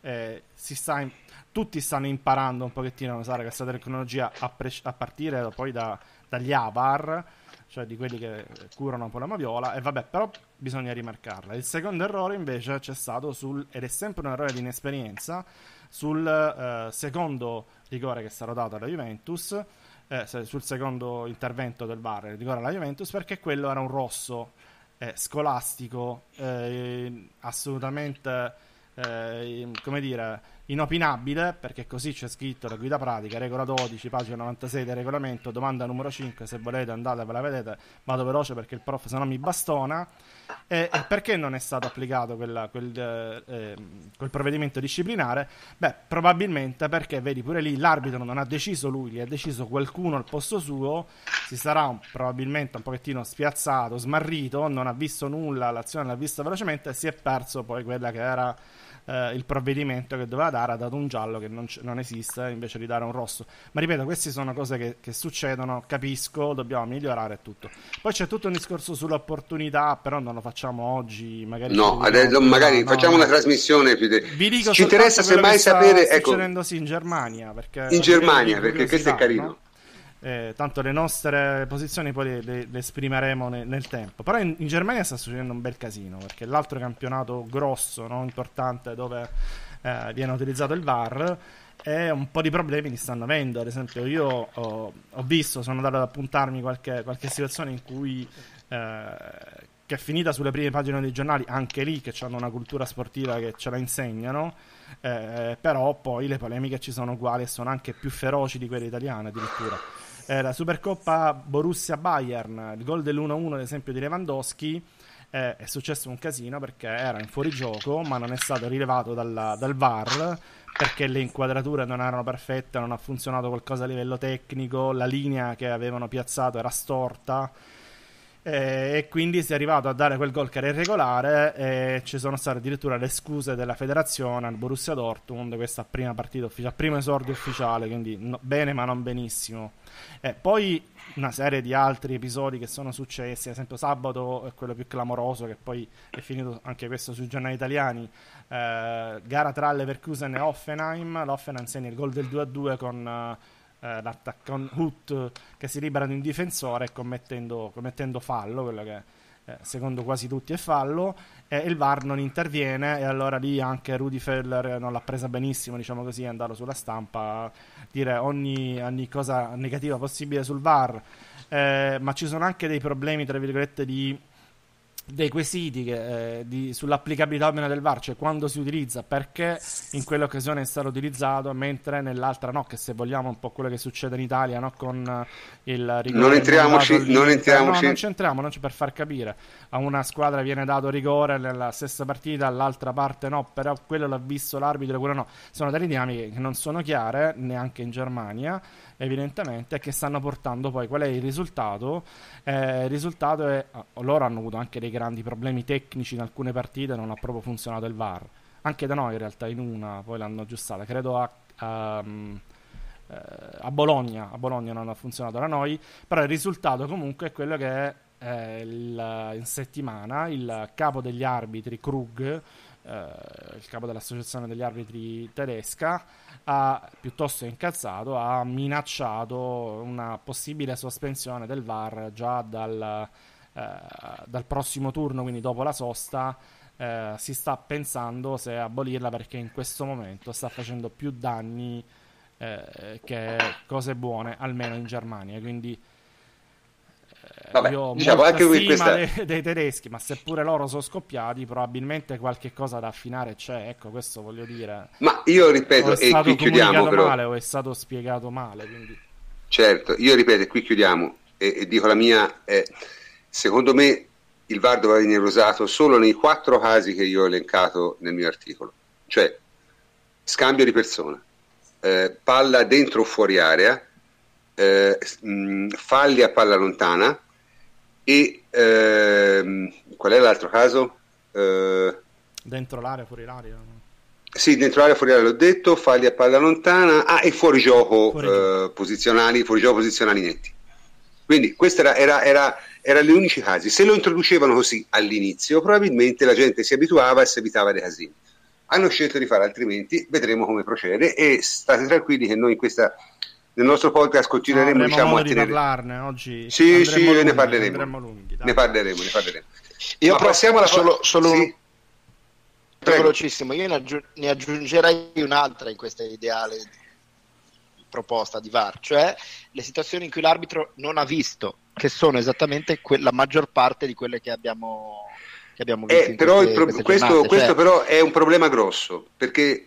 tutti stanno imparando un pochettino a usare questa tecnologia a partire poi dagli AVAR, cioè di quelli che curano un po' la Moviola, e vabbè, però bisogna rimarcarla. Il secondo errore invece c'è stato ed è sempre un errore di inesperienza, sul secondo rigore che è stato dato alla Juventus, sul secondo intervento del VAR, rigore alla Juventus, perché quello era un rosso scolastico, assolutamente come dire, inopinabile, perché così c'è scritto la guida pratica, regola 12, pagina 96 del regolamento, domanda numero 5, se volete andate, ve la vedete, vado veloce perché il prof se no mi bastona. E perché non è stato applicato quel provvedimento disciplinare? Beh, probabilmente perché, vedi, pure lì l'arbitro non ha deciso lui, gli ha deciso qualcuno al posto suo, si sarà probabilmente un pochettino spiazzato, smarrito, non ha visto nulla, l'azione l'ha vista velocemente e si è perso poi quella che era il provvedimento che doveva dare, ha dato un giallo che non esiste invece di dare un rosso. Ma ripeto, queste sono cose che succedono, capisco, dobbiamo migliorare tutto. Poi c'è tutto un discorso sull'opportunità, però non lo facciamo oggi, magari facciamo una trasmissione più vi dico, ci interessa semmai sapere, succedendo in Germania, perché questo è carino, no? Tanto le nostre posizioni poi le esprimeremo nel tempo, però in Germania sta succedendo un bel casino, perché l'altro campionato grosso, no, importante, dove viene utilizzato il VAR, e un po' di problemi li stanno avendo. Ad esempio io ho visto, sono andato ad appuntarmi qualche situazione in cui che è finita sulle prime pagine dei giornali, anche lì che hanno una cultura sportiva che ce la insegnano, però poi le polemiche ci sono uguali e sono anche più feroci di quelle italiane addirittura. La Supercoppa Borussia-Bayern, il gol dell'1-1 ad esempio di Lewandowski, è successo un casino perché era in fuorigioco, ma non è stato rilevato dal VAR perché le inquadrature non erano perfette, non ha funzionato qualcosa a livello tecnico, la linea che avevano piazzato era storta, e quindi si è arrivato a dare quel gol che era irregolare, e ci sono state addirittura le scuse della federazione al Borussia Dortmund, questa prima partita ufficiale, primo esordio ufficiale, quindi bene ma non benissimo. Poi una serie di altri episodi che sono successi, ad esempio sabato è quello più clamoroso, che poi è finito anche questo sui giornali italiani, gara tra Leverkusen e Hoffenheim. L'Hoffenheim segna il gol del 2-2 con l'attaccante Huth che si libera di un difensore commettendo fallo, quello che secondo quasi tutti è fallo, e il VAR non interviene, e allora lì anche Rudi Feller non l'ha presa benissimo, diciamo così, è andato sulla stampa a dire ogni cosa negativa possibile sul VAR, ma ci sono anche dei problemi tra virgolette dei quesiti sull'applicabilità del VAR, cioè quando si utilizza, perché in quell'occasione è stato utilizzato mentre nell'altra no, che se vogliamo un po' quello che succede in Italia, no? Con il rigore non entriamoci non c'entriamo, non c'è, per far capire, a una squadra viene dato rigore nella stessa partita, all'altra parte no, però quello l'ha visto l'arbitro, quello no. Sono delle dinamiche che non sono chiare neanche in Germania evidentemente, che stanno portando poi qual è il risultato. Il risultato è loro hanno avuto anche dei grandi problemi tecnici in alcune partite, non ha proprio funzionato il VAR, anche da noi in realtà, in una poi l'hanno aggiustata, credo a Bologna non ha funzionato da noi, però il risultato comunque è quello che in settimana il capo degli arbitri Krug, il capo dell'associazione degli arbitri tedesca, ha piuttosto incazzato, ha minacciato una possibile sospensione del VAR già dal prossimo turno, quindi dopo la sosta. Si sta pensando se abolirla, perché in questo momento sta facendo più danni che cose buone, almeno in Germania, quindi vabbè, io ho diciamo molta anche qui stima questa... dei tedeschi, ma seppure loro sono scoppiati, probabilmente qualche cosa da affinare c'è, ecco, questo voglio dire. Ma io ripeto, o è stato qui chiudiamo però, male o è stato spiegato male, quindi. certo, io ripeto, e qui chiudiamo e dico la mia, secondo me il VAR doveva venire usato solo nei 4 casi che io ho elencato nel mio articolo, cioè scambio di persona, palla dentro o fuori area, falli a palla lontana, e qual è l'altro caso? Dentro l'area, fuori l'area? Sì, dentro l'area, fuori l'area l'ho detto, falli a palla lontana, e fuorigioco posizionali netti. Quindi questi erano gli unici casi. Se lo introducevano così all'inizio, probabilmente la gente si abituava e si evitava dei casini. Hanno scelto di fare altrimenti, vedremo come procede, e state tranquilli che noi nel nostro podcast continueremo, diciamo, a tenere... parlarne oggi. Sì, lunghi, ne parleremo. Ne parleremo. Io passiamo alla solo sì. Velocissimo, io ne aggiungerei un'altra in questa ideale proposta di VAR, cioè le situazioni in cui l'arbitro non ha visto, che sono esattamente la maggior parte di quelle che abbiamo visto però questo però è un problema grosso, perché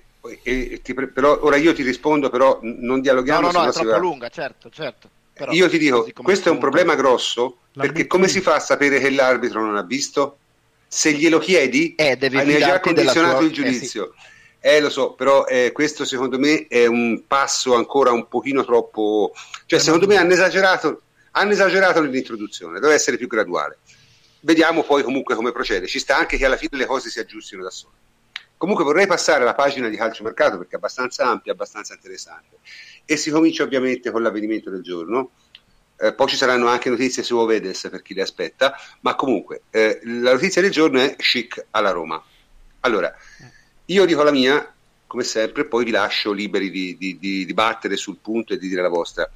però ora io ti rispondo, però non dialoghiamo. No, è troppo lunga, certo. Però, io ti dico, questo è un problema grosso, perché come si fa a sapere che l'arbitro non ha visto? Se glielo chiedi, ne hai già condizionato il giudizio. Lo so, però questo secondo me è un passo ancora un pochino troppo, cioè secondo me hanno esagerato nell'introduzione, deve essere più graduale. Vediamo poi comunque come procede, ci sta anche che alla fine le cose si aggiustino da sole. Comunque vorrei passare alla pagina di calciomercato, perché è abbastanza ampia, abbastanza interessante, e si comincia ovviamente con l'avvenimento del giorno. Poi ci saranno anche notizie su Ovedes per chi le aspetta, ma comunque la notizia del giorno è Schick alla Roma. Allora, io dico la mia, come sempre, poi vi lascio liberi di dibattere sul punto e di dire la vostra.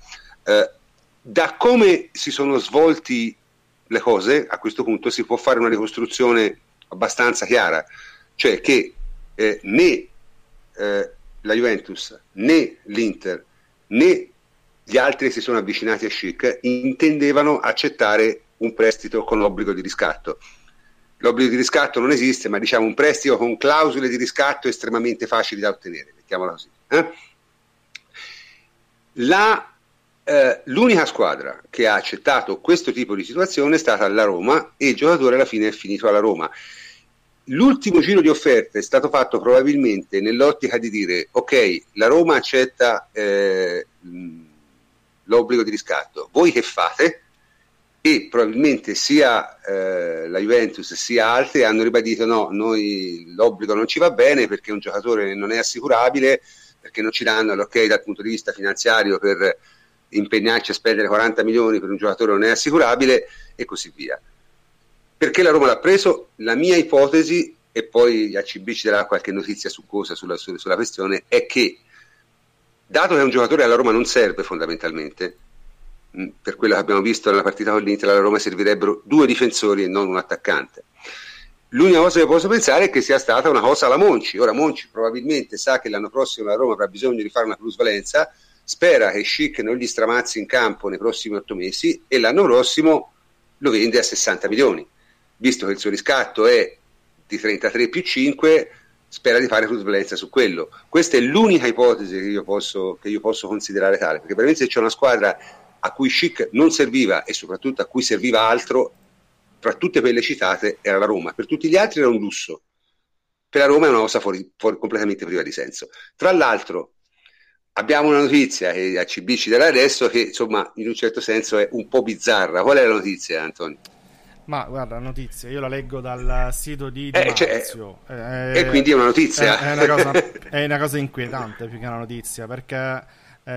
Da come si sono svolti le cose, a questo punto si può fare una ricostruzione abbastanza chiara, cioè che né la Juventus, né l'Inter, né gli altri che si sono avvicinati a Schick intendevano accettare un prestito con l'obbligo di riscatto. L'obbligo di riscatto non esiste, ma diciamo un prestito con clausole di riscatto estremamente facili da ottenere, mettiamola così. L'unica squadra che ha accettato questo tipo di situazione è stata la Roma, e il giocatore alla fine è finito alla Roma. L'ultimo giro di offerte è stato fatto probabilmente nell'ottica di dire: ok, la Roma accetta l'obbligo di riscatto, voi che fate? E probabilmente sia la Juventus sia altri hanno ribadito: no, noi l'obbligo non ci va bene perché un giocatore non è assicurabile, perché non ci danno l'ok dal punto di vista finanziario per impegnarci a spendere 40 milioni per un giocatore non è assicurabile, e così via. Perché la Roma l'ha preso? La mia ipotesi, e poi ACB ci darà qualche notizia sulla questione, è che, dato che un giocatore alla Roma non serve fondamentalmente, per quello che abbiamo visto nella partita con l'Inter, alla Roma servirebbero 2 difensori e non un attaccante. L'unica cosa che posso pensare è che sia stata una cosa alla Monchi. Ora Monchi probabilmente sa che l'anno prossimo la Roma avrà bisogno di fare una plusvalenza, spera che Schick non gli stramazzi in campo nei prossimi 8 mesi e l'anno prossimo lo vende a 60 milioni. Visto che il suo riscatto è di 33 più 5, spera di fare plusvalenza su quello. Questa è l'unica ipotesi che io posso considerare tale, perché veramente se c'è una squadra a cui Schick non serviva e soprattutto a cui serviva altro, tra tutte quelle citate era la Roma. Per tutti gli altri era un lusso, per la Roma è una cosa completamente priva di senso. Tra l'altro abbiamo una notizia che ACB ci darà adesso, che insomma in un certo senso è un po' bizzarra. Qual è la notizia, Antonio? Ma guarda, la notizia, io la leggo dal sito di Marzio. E quindi è una notizia. È una cosa inquietante più che una notizia, perché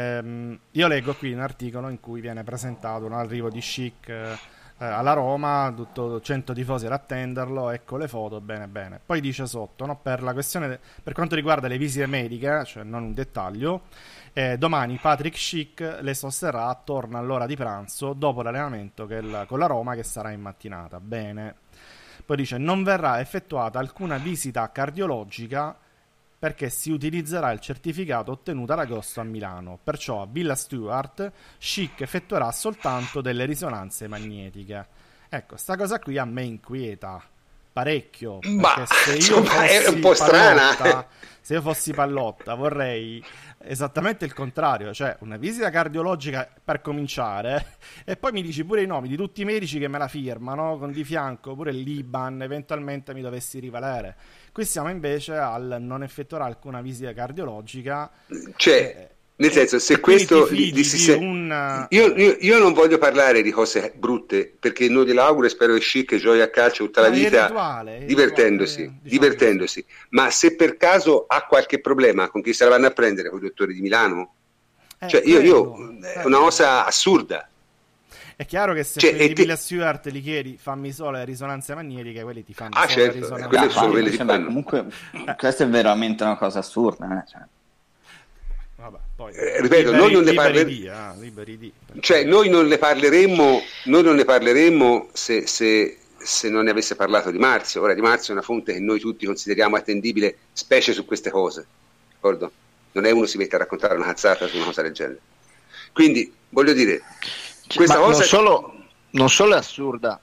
io leggo qui un articolo in cui viene presentato un arrivo di Schick alla Roma, tutto 100 tifosi ad attenderlo, ecco le foto, bene bene. Poi dice sotto, no, per la questione per quanto riguarda le visite mediche, cioè non un dettaglio, domani Patrick Schick le sosterrà attorno all'ora di pranzo dopo l'allenamento con la Roma, che sarà in mattinata. Bene. Poi dice: non verrà effettuata alcuna visita cardiologica perché si utilizzerà il certificato ottenuto ad agosto a Milano. Perciò a Villa Stuart Schick effettuerà soltanto delle risonanze magnetiche. Ecco, sta cosa qui a me inquieta parecchio, perché è un po' strana. Se io fossi Pallotta vorrei esattamente il contrario, cioè una visita cardiologica per cominciare, e poi mi dici pure i nomi di tutti i medici che me la firmano, con di fianco pure l'Iban eventualmente mi dovessi rivalere. Qui siamo invece al non effettuare alcuna visita cardiologica, cioè nel senso, se questo io non voglio parlare di cose brutte, perché non glielo auguro e spero che Schick giochi a calcio tutta la vita divertendosi, ma se per caso ha qualche problema con chi se la vanno a prendere, con i dottori di Milano, cioè è una cosa assurda. È chiaro che se quelli di Villa Stuart li chiedi fammi solo le risonanze magnetiche, quelli ti fanno solo le risonanze. Comunque questa è veramente una cosa assurda, cioè. Vabbè, poi, ripeto, noi non ne parleremo, cioè noi non ne parleremo se non ne avesse parlato Di Marzio. Ora Di Marzio è una fonte che noi tutti consideriamo attendibile, specie su queste cose, d'accordo? Non è uno si mette a raccontare una cazzata su una cosa del genere. Quindi voglio dire, questa cosa non solo è assurda,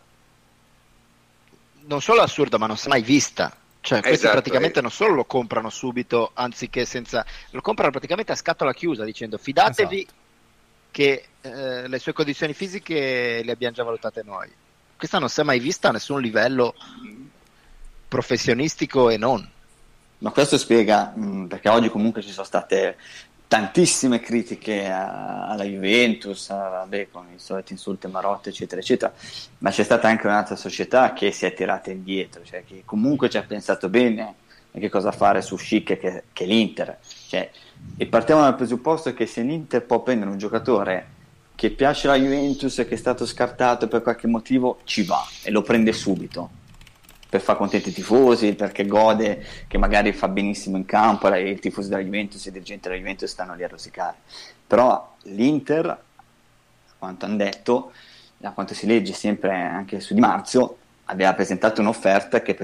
ma non si è mai vista. Cioè, questi praticamente non solo lo comprano subito, anziché senza, lo comprano praticamente a scatola chiusa, dicendo fidatevi che le sue condizioni fisiche le abbiamo già valutate noi. Questa non si è mai vista a nessun livello professionistico e non. Ma questo spiega perché oggi comunque ci sono state tantissime critiche alla Juventus, con i soliti insulti Marotta, eccetera, eccetera, ma c'è stata anche un'altra società che si è tirata indietro, cioè che comunque ci ha pensato bene a che cosa fare su Schick, che l'Inter. Cioè, e partiamo dal presupposto che se l'Inter può prendere un giocatore che piace alla Juventus e che è stato scartato per qualche motivo, ci va e lo prende subito, per far contenti i tifosi, perché gode, che magari fa benissimo in campo, e i tifosi della Juventus e i dirigenti della Juventus stanno lì a rosicare. Però l'Inter, a quanto hanno detto, da quanto si legge sempre anche su Di Marzio, aveva presentato un'offerta che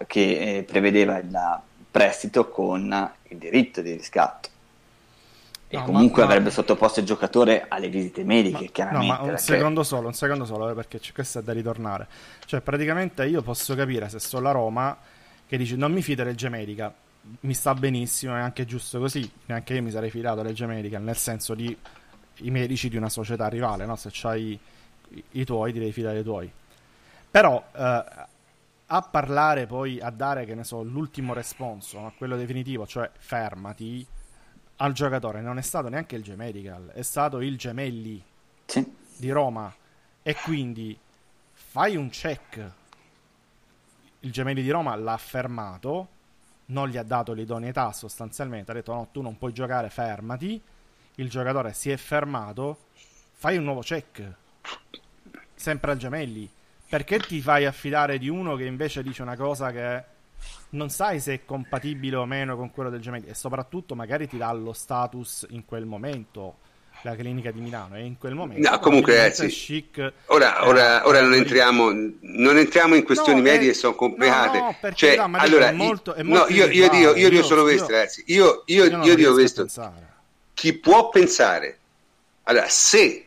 prevedeva il prestito con il diritto di riscatto. e comunque avrebbe sottoposto il giocatore alle visite mediche, chiaramente. No, ma un secondo solo, perché questo è da ritornare. Cioè, praticamente io posso capire se sono la Roma che dice non mi fido del Medica, mi sta benissimo, è anche giusto così, neanche io mi sarei fidato del Medica, nel senso di i medici di una società rivale, no? Se c'hai i tuoi, ti devi fidare dei tuoi. Però a parlare poi, a dare, che ne so, l'ultimo responso, no? Quello definitivo, cioè fermati, al giocatore non è stato neanche il G-Medical, è stato il Gemelli di Roma, e quindi fai un check. Il Gemelli di Roma l'ha fermato, non gli ha dato l'idoneità sostanzialmente, ha detto no, tu non puoi giocare, fermati. Il giocatore si è fermato, fai un nuovo check sempre al Gemelli. Perché ti fai affidare di uno che invece dice una cosa che non sai se è compatibile o meno con quello del Gemelli, e soprattutto magari ti dà lo status in quel momento la clinica di Milano, e in quel momento no, comunque ragazzi, Chic, ora non entriamo in questioni medie che sono complicate. No, perché cioè, allora, io dico solo questo, ragazzi, io dico questo, chi può pensare, allora, se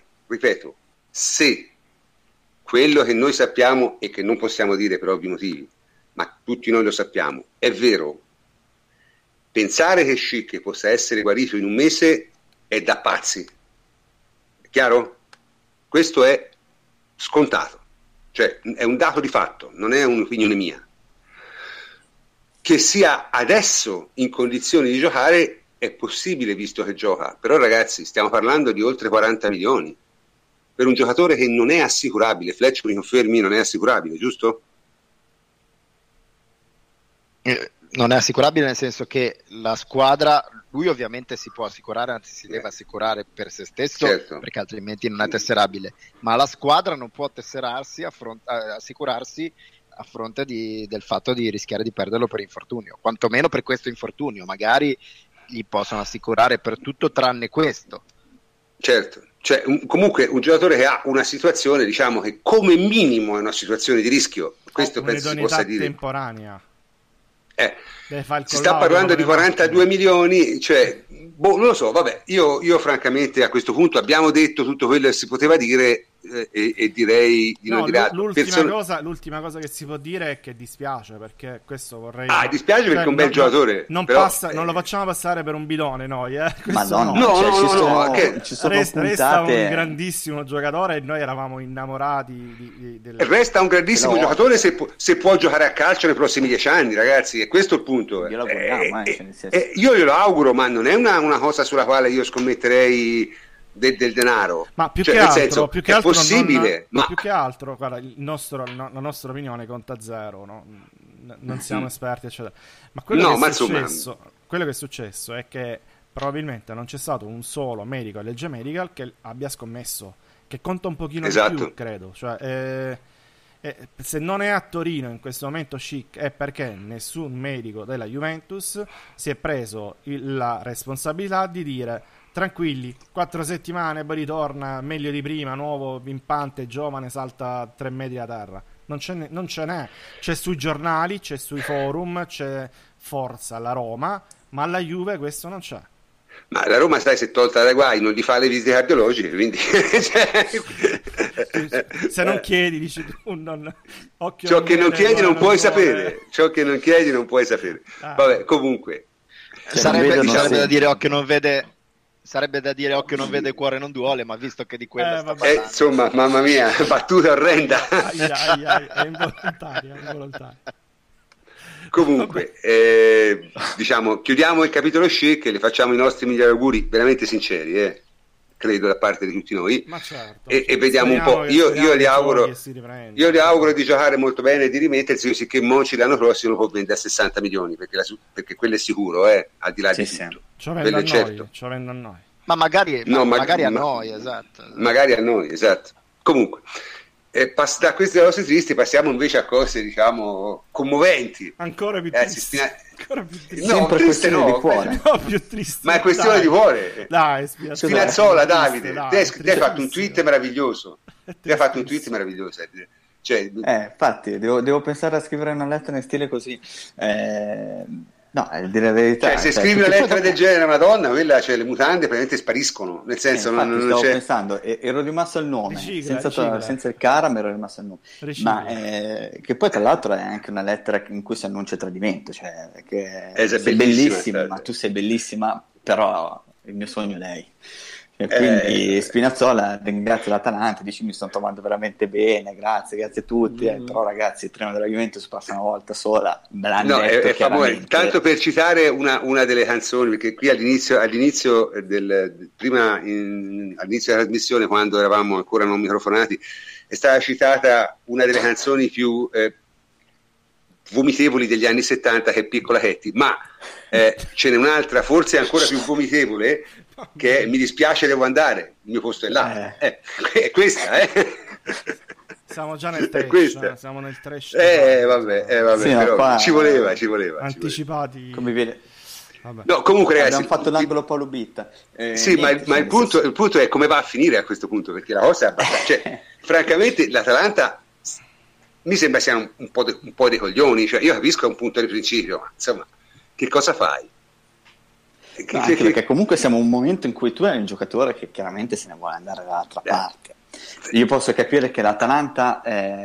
quello che noi sappiamo e che non possiamo dire per ovvi motivi, ma tutti noi lo sappiamo, è vero, pensare che Schick possa essere guarito in un mese è da pazzi, è chiaro? Questo è scontato, cioè è un dato di fatto, non è un'opinione mia. Che sia adesso in condizioni di giocare è possibile, visto che gioca, però ragazzi stiamo parlando di oltre 40 milioni per un giocatore che non è assicurabile. Fletch, mi confermi, non è assicurabile, giusto? Non è assicurabile nel senso che la squadra, lui ovviamente si può assicurare, anzi si deve assicurare per se stesso, certo, perché altrimenti non è tesserabile, ma la squadra non può tesserarsi, assicurarsi a fronte del fatto di rischiare di perderlo per infortunio, quantomeno per questo infortunio. Magari gli possono assicurare per tutto tranne questo. Certo, cioè comunque un giocatore che ha una situazione, diciamo che come minimo è una situazione di rischio, questo penso si possa dire temporanea. Si sta parlando di 42 milioni, cioè non lo so, vabbè, io francamente a questo punto abbiamo detto tutto quello che si poteva dire, e direi di non dire altro. L'ultima cosa che si può dire è che dispiace, perché questo vorrei... dispiace, cioè, perché è un bel giocatore. Non lo facciamo passare per un bidone noi, Madonna, no. Ci sono resta un grandissimo giocatore e noi eravamo innamorati resta un grandissimo giocatore se può giocare a calcio nei prossimi 10 anni, ragazzi, e questo è il punto. Io glielo auguro, ma non è una cosa sulla quale io scommetterei del denaro, ma più che altro è possibile, ma più che altro, guarda, la nostra opinione conta zero, no? Non siamo esperti eccetera, ma quello che è successo è che probabilmente non c'è stato un solo medico del G-Medical che abbia scommesso, che conta un pochino di più, credo, cioè se non è a Torino in questo momento Schick è perché nessun medico della Juventus si è preso la responsabilità di dire tranquilli, 4 settimane, poi ritorna meglio di prima, nuovo, pimpante, giovane, salta 3 metri da terra. Non ce n'è. C'è sui giornali, c'è sui forum, c'è forza alla Roma, ma alla Juve questo non c'è. Ma la Roma, sai, si è tolta dai guai, non gli fa le visite cardiologiche, quindi... Se non chiedi, dici tu, ciò che non chiedi non puoi sapere. Ciò che non chiedi non puoi sapere. Vabbè, comunque... Sarebbe da dire occhio non vede... Sarebbe da dire occhio non vede, cuore non duole, ma visto che di quello sta parlando... insomma, mamma mia, battuta orrenda. È involontaria. Comunque, diciamo, chiudiamo il capitolo Schick e le facciamo i nostri migliori auguri, veramente sinceri, credo, da parte di tutti noi. Ma certo, e vediamo un po'. Io gli auguro di giocare molto bene e di rimettersi, così che Monci l'anno prossimo lo può vendere a 60 milioni, perché quello è sicuro, al di là di tutto. Quello è certo. Ci vendo a noi. Ma magari a noi, esatto. Magari a noi, esatto. Comunque, da queste cose tristi passiamo invece a cose, diciamo, commoventi. Ancora più tristi. Sempre questione di cuore. Più triste. Ma è questione di cuore. Dai, Spinazzola, Davide, te hai fatto un tweet meraviglioso. Cioè, infatti, devo pensare a scrivere una lettera in stile così. No, dire la verità. Cioè, se scrivi una lettera del genere, Madonna, quella, cioè, le mutande praticamente spariscono, nel senso infatti non stavo c'è... pensando, ero rimasto il nome, Ricicla. senza il caram ero rimasto il nome. Ricicla. Ma che poi tra l'altro è anche una lettera in cui si annuncia il tradimento, cioè che sei bellissima, certo. ma tu sei bellissima, però il mio sogno è lei. E quindi Spinazzola ringrazia l'Atalanta, dice mi sto trovando veramente bene, grazie a tutti, però ragazzi il treno della Juventus passa una volta sola, me l'hanno detto chiaramente. Tanto per citare una delle canzoni, perché qui all'inizio della trasmissione, quando eravamo ancora non microfonati, è stata citata una delle canzoni più vomitevoli degli anni 70, che è Piccola Hetty, ma ce n'è un'altra forse ancora più vomitevole, che è Mi dispiace, devo andare, il mio posto è là, è questa, siamo già nel trash, siamo nel trash, vabbè, sì, però qua, ci voleva anticipati, come viene. Vabbè. No, comunque ragazzi, abbiamo fatto l'angolo Paolo Bitta, sì, ma il punto è come va a finire a questo punto, perché la cosa è abbastanza, cioè, francamente l'Atalanta mi sembra siano un po' dei coglioni, cioè io capisco è un punto di principio, ma insomma, che cosa fai? Anche perché comunque siamo in un momento in cui tu hai un giocatore che chiaramente se ne vuole andare dall'altra parte. Io posso capire che l'Atalanta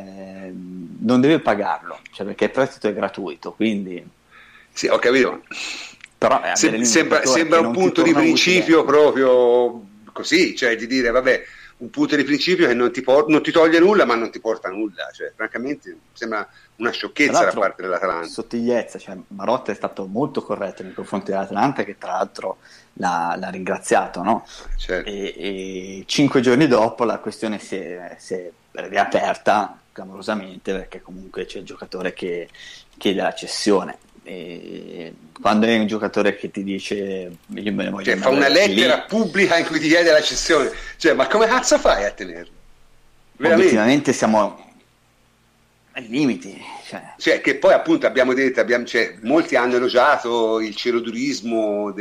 non deve pagarlo, cioè perché il prestito è gratuito, quindi sì, ho capito. Però sembra un punto di principio proprio così, cioè di dire vabbè, un punto di principio che non ti toglie nulla ma non ti porta a nulla, cioè francamente sembra una sciocchezza da parte dell'Atalanta. Sottigliezza, cioè Marotta è stato molto corretto nei confronti dell'Atalanta, che tra l'altro l'ha ringraziato, no? Certo. E 5 giorni dopo la questione si è riaperta clamorosamente, perché comunque c'è il giocatore che chiede la cessione. E quando è un giocatore che ti dice io me ne voglio, cioè, fa una lettera pubblica in cui ti chiede la cessione, cioè, ma come cazzo fai a tenerlo? Obiettivamente siamo ai limiti, cioè che poi appunto abbiamo detto, cioè, molti hanno elogiato il cerodurismo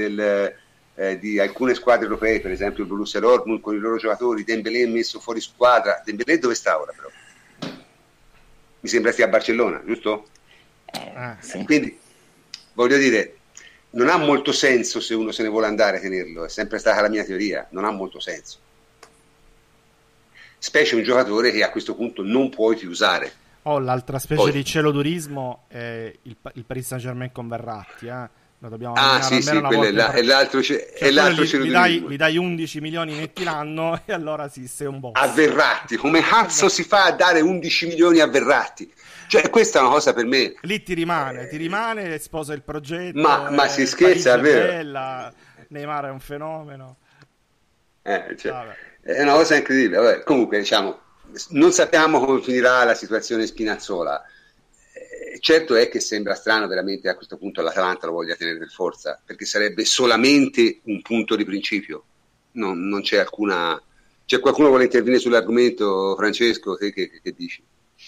di alcune squadre europee, per esempio il Borussia Dortmund con i loro giocatori, Dembélé messo fuori squadra. Dembélé dove sta ora però? Mi sembra stia a Barcellona, giusto? Sì. Quindi voglio dire, non ha molto senso se uno se ne vuole andare a tenerlo, è sempre stata la mia teoria, non ha molto senso, specie un giocatore che a questo punto non puoi più usare. L'altra specie di celodurismo è il Paris Saint-Germain con Verratti, lo dobbiamo sì, quello è l'altro celodurismo. Gli dai 11 milioni netti l'anno e allora sì, sei un boss. A Verratti, come cazzo si fa a dare 11 milioni a Verratti? Cioè questa è una cosa per me. Lì ti rimane, sposa il progetto. Ma si scherza, è vero. Bella, Neymar è un fenomeno. Cioè, è una cosa incredibile. Vabbè, comunque, diciamo, non sappiamo come finirà la situazione Spinazzola. Certo è che sembra strano veramente a questo punto l'Atalanta lo voglia tenere per forza, perché sarebbe solamente un punto di principio. Non c'è alcuna. C'è qualcuno che vuole intervenire sull'argomento, Francesco? Che dici?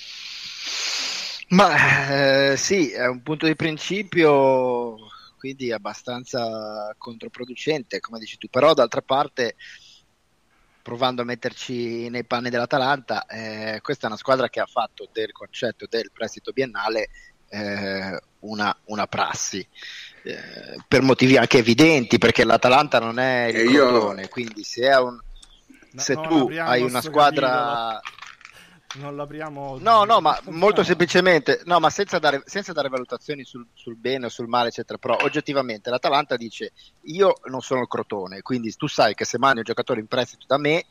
Ma sì, è un punto di principio, quindi abbastanza controproducente, come dici tu, però d'altra parte, provando a metterci nei panni dell'Atalanta, questa è una squadra che ha fatto del concetto del prestito biennale una prassi, per motivi anche evidenti, perché l'Atalanta non è il Crotone, quindi se tu hai una squadra... Non l'apriamo. No, ma molto semplicemente, no, ma senza dare valutazioni sul bene o sul male, eccetera. Però oggettivamente l'Atalanta dice: io non sono il Crotone, quindi tu sai che se mandi un giocatore in prestito da me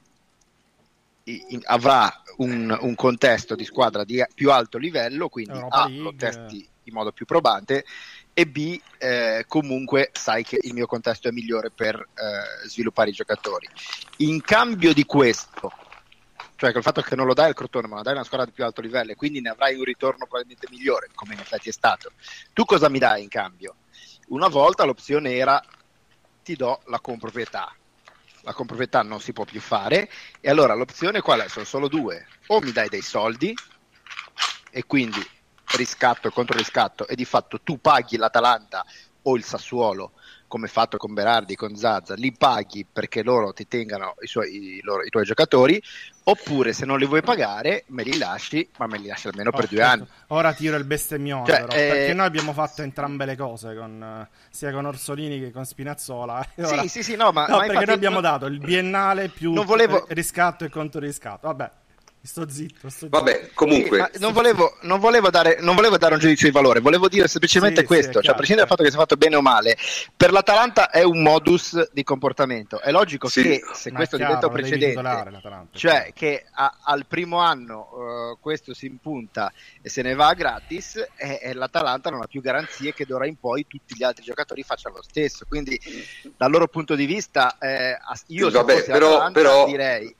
avrà un contesto di squadra di più alto livello, quindi lo testi in modo più probante, e B, comunque sai che il mio contesto è migliore per sviluppare i giocatori. In cambio di questo, cioè col fatto che non lo dai al Crotone ma lo dai a una squadra di più alto livello e quindi ne avrai un ritorno probabilmente migliore, come in effetti è stato, tu cosa mi dai in cambio? Una volta l'opzione era: ti do la comproprietà non si può più fare, e allora l'opzione qual è? Sono solo due: o mi dai dei soldi e quindi riscatto e controriscatto, e di fatto tu paghi l'Atalanta o il Sassuolo come fatto con Berardi, con Zaza, li paghi perché loro ti tengano i tuoi giocatori, oppure se non li vuoi pagare me li lasci, ma me li lasci almeno per 2 anni. Ora tiro il bestemmione, Cioè, però, perché noi abbiamo fatto entrambe le cose, sia con Orsolini che con Spinazzola. Ora... Sì, no, ma perché infatti noi abbiamo dato il biennale più riscatto e controriscatto. Vabbè. Sto zitto. Vabbè, comunque sì, non volevo dare un giudizio di valore, volevo dire semplicemente questo, cioè a prescindere dal fatto che sia fatto bene o male, per l'Atalanta è un modus di comportamento. È logico che se questo diventa un precedente, cioè che al primo anno questo si impunta e se ne va gratis, l'Atalanta non ha più garanzie che d'ora in poi tutti gli altri giocatori facciano lo stesso. Quindi dal loro punto di vista io se fossi l'Atalanta direi: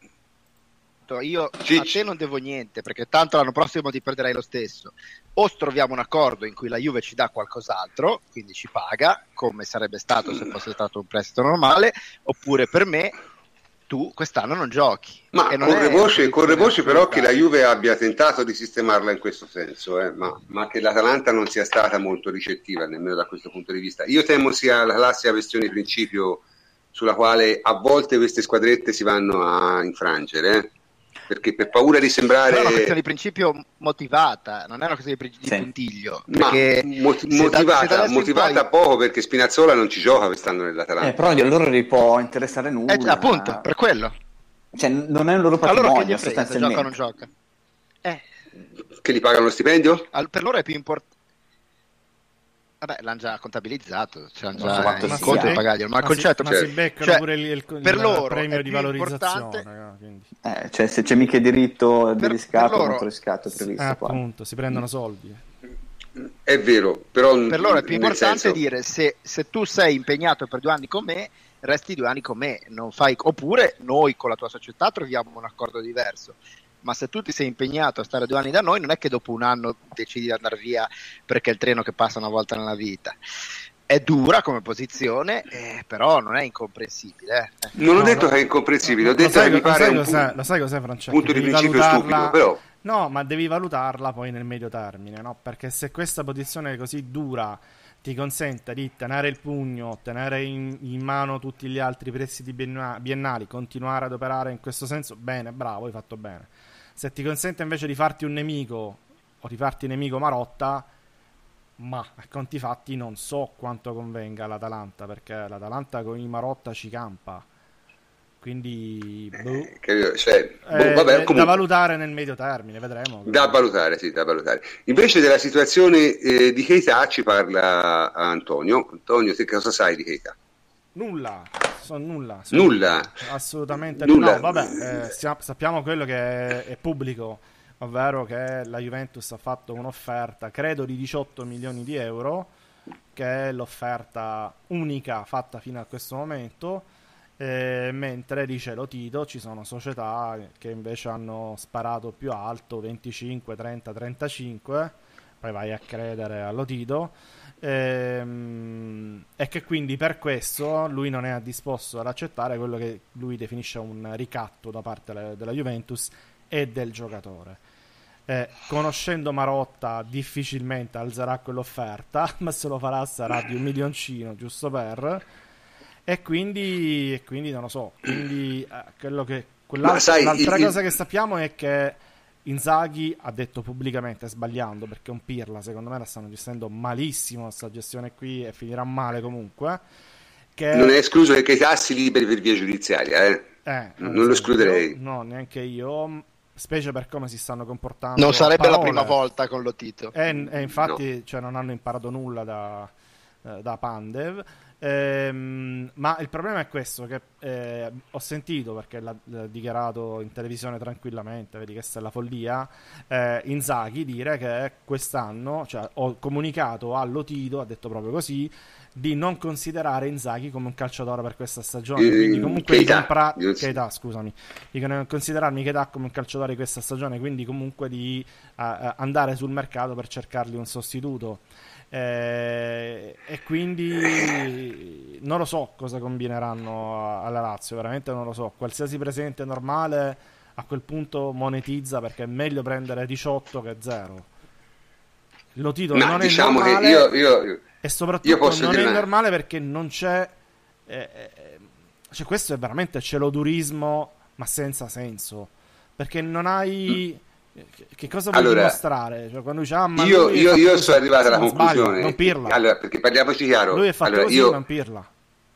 io a te non devo niente perché tanto l'anno prossimo ti perderai lo stesso, o troviamo un accordo in cui la Juve ci dà qualcos'altro, quindi ci paga come sarebbe stato se fosse stato un prestito normale, oppure per me tu quest'anno non giochi. Ma corre voce però che la Juve abbia tentato di sistemarla in questo senso, ma che l'Atalanta non sia stata molto ricettiva nemmeno da questo punto di vista. Io temo sia la classica questione di principio sulla quale a volte queste squadrette si vanno a infrangere, perché per paura di sembrare... Però è una questione di principio motivata, non è una questione di puntiglio. Perché motivata poco, perché Spinazzola non ci gioca quest'anno nell'Atalanta. Però a loro gli può interessare nulla. Appunto, per quello. Cioè, non è un loro patrimonio, allora che gli frega se gioca o non gioca? Che gli pagano lo stipendio? Per loro è più importante. Vabbè, l'hanno già contabilizzato, l'hanno già in conto di pagarglielo, ma il concetto si beccano pure il per loro premio di valorizzazione, cioè se c'è mica diritto di riscatto, molto riscatto previsto appunto, si prendono soldi. È vero, però per loro è più importante dire se tu sei impegnato per 2 anni con me, resti 2 anni con me, non fai, oppure noi con la tua società troviamo un accordo diverso. Ma se tu ti sei impegnato a stare 2 anni da noi, non è che dopo 1 anno decidi di andare via perché è il treno che passa una volta nella vita. È dura come posizione, però non è incomprensibile. Non ho detto che è incomprensibile, ho detto che mi pare lo sai cos'è, Francesco? Punto di principio stupido, però. No, ma devi valutarla poi nel medio termine, no? Perché se questa posizione così dura ti consente di tenere il pugno, tenere in mano tutti gli altri prestiti biennali, continuare ad operare in questo senso, bene, bravo, hai fatto bene. Se ti consente invece di farti un nemico o di farti nemico Marotta, ma a conti fatti non so quanto convenga all'Atalanta, perché l'Atalanta con i Marotta ci campa. Quindi vabbè, da valutare nel medio termine, vedremo. Da valutare. Invece della situazione di Keita ci parla Antonio. Antonio, te cosa sai di Keita? Nulla. Assolutamente nulla. No, vabbè, sappiamo quello che è pubblico, ovvero che la Juventus ha fatto un'offerta, credo di 18 milioni di euro, che è l'offerta unica fatta fino a questo momento, mentre dice Lotito ci sono società che invece hanno sparato più alto, 25, 30, 35, poi vai a credere a Lotito, e che quindi per questo lui non è disposto ad accettare quello che lui definisce un ricatto da parte della Juventus e del giocatore. Conoscendo Marotta difficilmente alzerà quell'offerta, ma se lo farà sarà di 1 milioncino giusto per, e quindi non lo so, quindi l'altra cosa che sappiamo è che Inzaghi ha detto pubblicamente, sbagliando perché è un pirla, secondo me la stanno gestendo malissimo questa gestione qui e finirà male comunque, che non è escluso che i tassi liberi per via giudiziaria, non lo escluderei. No, neanche io, specie per come si stanno comportando. Non sarebbe la prima volta con Lotito. E infatti no. Non hanno imparato nulla da Pandev. Ma il problema è questo, che ho sentito, perché l'ha dichiarato in televisione tranquillamente, vedi che sta la follia, Inzaghi dire che quest'anno, cioè ho comunicato a Lotito, ha detto proprio così, di non considerare Inzaghi come un calciatore per questa stagione, quindi comunque Keita, scusami, di non considerarmi Keita come un calciatore di questa stagione, quindi comunque di andare sul mercato per cercargli un sostituto. E quindi non lo so cosa combineranno alla Lazio, veramente non lo so. Qualsiasi presente normale a quel punto monetizza, perché è meglio prendere 18 che 0. Lotito No, non è diciamo che normale io e soprattutto posso non dire è una- normale perché non c'è cioè questo è veramente celodurismo ma senza senso, perché non hai che cosa vuoi Allora, dimostrare? Cioè, quando dici ah ma io, lui è io, fatto io così, sono arrivato sì, alla ma sbaglia, non conclusione, pirla. allora, perché parliamoci Lui chiaro, è fatto allora così, non pirla.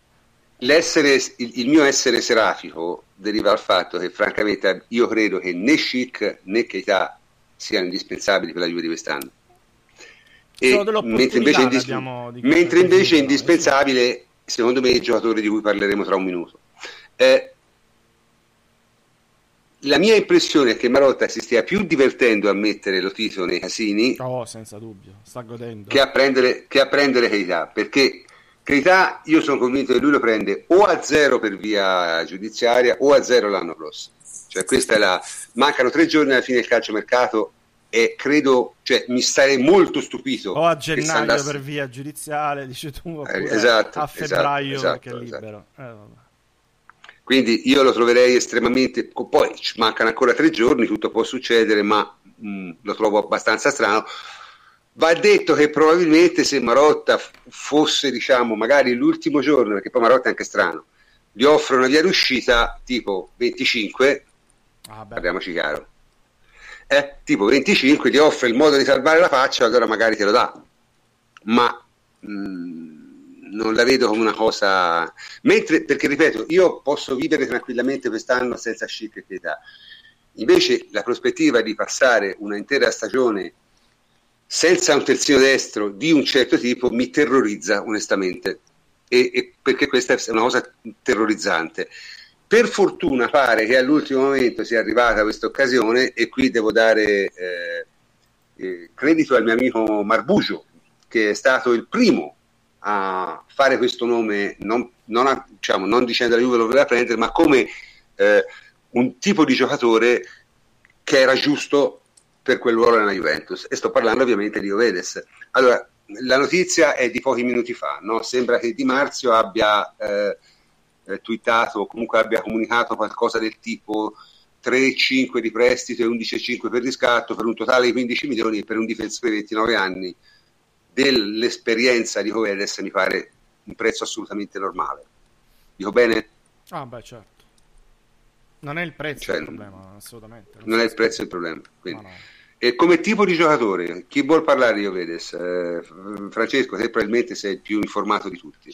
il mio essere serafico deriva dal fatto che francamente io credo che né Schick né Keita siano indispensabili per la Juve di quest'anno. Solo E dell'opportunità ne abbiamo mentre invece è disgiunto noi, sì. indispensabile, secondo me, il giocatore di cui parleremo tra un minuto. La mia impressione è che Marotta si stia più divertendo a mettere Lotito nei casini Oh, senza dubbio, sta godendo. che a prendere Keita, perché Keita io sono convinto che lui lo prende o a zero per via giudiziaria o a zero l'anno prossimo. Cioè questa è mancano 3 giorni alla fine del calciomercato e credo, cioè mi starei molto stupito O a che gennaio per via giudiziale, dici tu, oppure esatto, a febbraio esatto, perché è libero. Vabbè. Quindi io lo troverei estremamente, poi ci mancano ancora 3 giorni, tutto può succedere, ma lo trovo abbastanza strano. Va detto che probabilmente se Marotta fosse, diciamo, magari l'ultimo giorno, perché poi Marotta è anche strano, gli offre una via d'uscita tipo 25, parliamoci chiaro, tipo 25, gli offre il modo di salvare la faccia, allora magari te lo dà, ma non la vedo come una cosa, mentre, perché ripeto, io posso vivere tranquillamente quest'anno senza Schick e Keita, invece la prospettiva di passare una intera stagione senza un terzino destro di un certo tipo mi terrorizza onestamente, e perché questa è una cosa terrorizzante. Per fortuna pare che all'ultimo momento sia arrivata questa occasione, e qui devo dare credito al mio amico Marbugio, che è stato il primo a fare questo nome, non dicendo la Juve lo voleva prendere, ma come un tipo di giocatore che era giusto per quel ruolo nella Juventus, e sto parlando ovviamente di Jovedes. Allora, la notizia è di pochi minuti fa, no? Sembra che Di Marzio abbia twittato o comunque abbia comunicato qualcosa del tipo 3,5 di prestito e 11,5 per riscatto, per un totale di 15 milioni per un difensore di 29 anni. Dell'esperienza di Jovedes mi pare un prezzo assolutamente normale. Dico bene? Ah beh, certo. Non è il prezzo il problema, assolutamente. Non è il prezzo il problema. Quindi. No. E come tipo di giocatore, chi vuol parlare di Jovedes? Francesco, te probabilmente sei il più informato di tutti.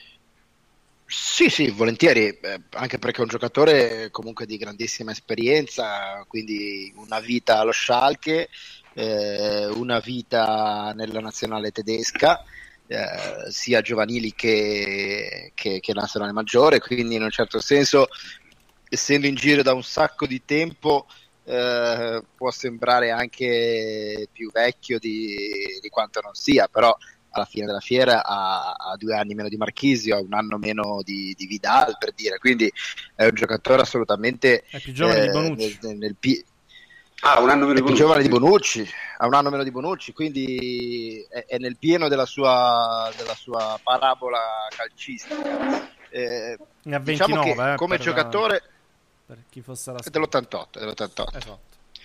Sì, volentieri, anche perché è un giocatore comunque di grandissima esperienza, quindi una vita allo Schalke, una vita nella nazionale tedesca, sia giovanili che nazionale maggiore, quindi in un certo senso, essendo in giro da un sacco di tempo, può sembrare anche più vecchio di quanto non sia, però alla fine della fiera ha 2 anni meno di Marchisio, ha 1 anno meno di Vidal, per dire, quindi è un giocatore assolutamente è più giovane di Bonucci. Un anno meno di Bonucci. Più giovane di Bonucci, ha 1 anno meno di Bonucci, quindi è nel pieno della sua parabola calcistica. Ne ha 29, diciamo che come giocatore per chi fosse la dell'88. Esatto.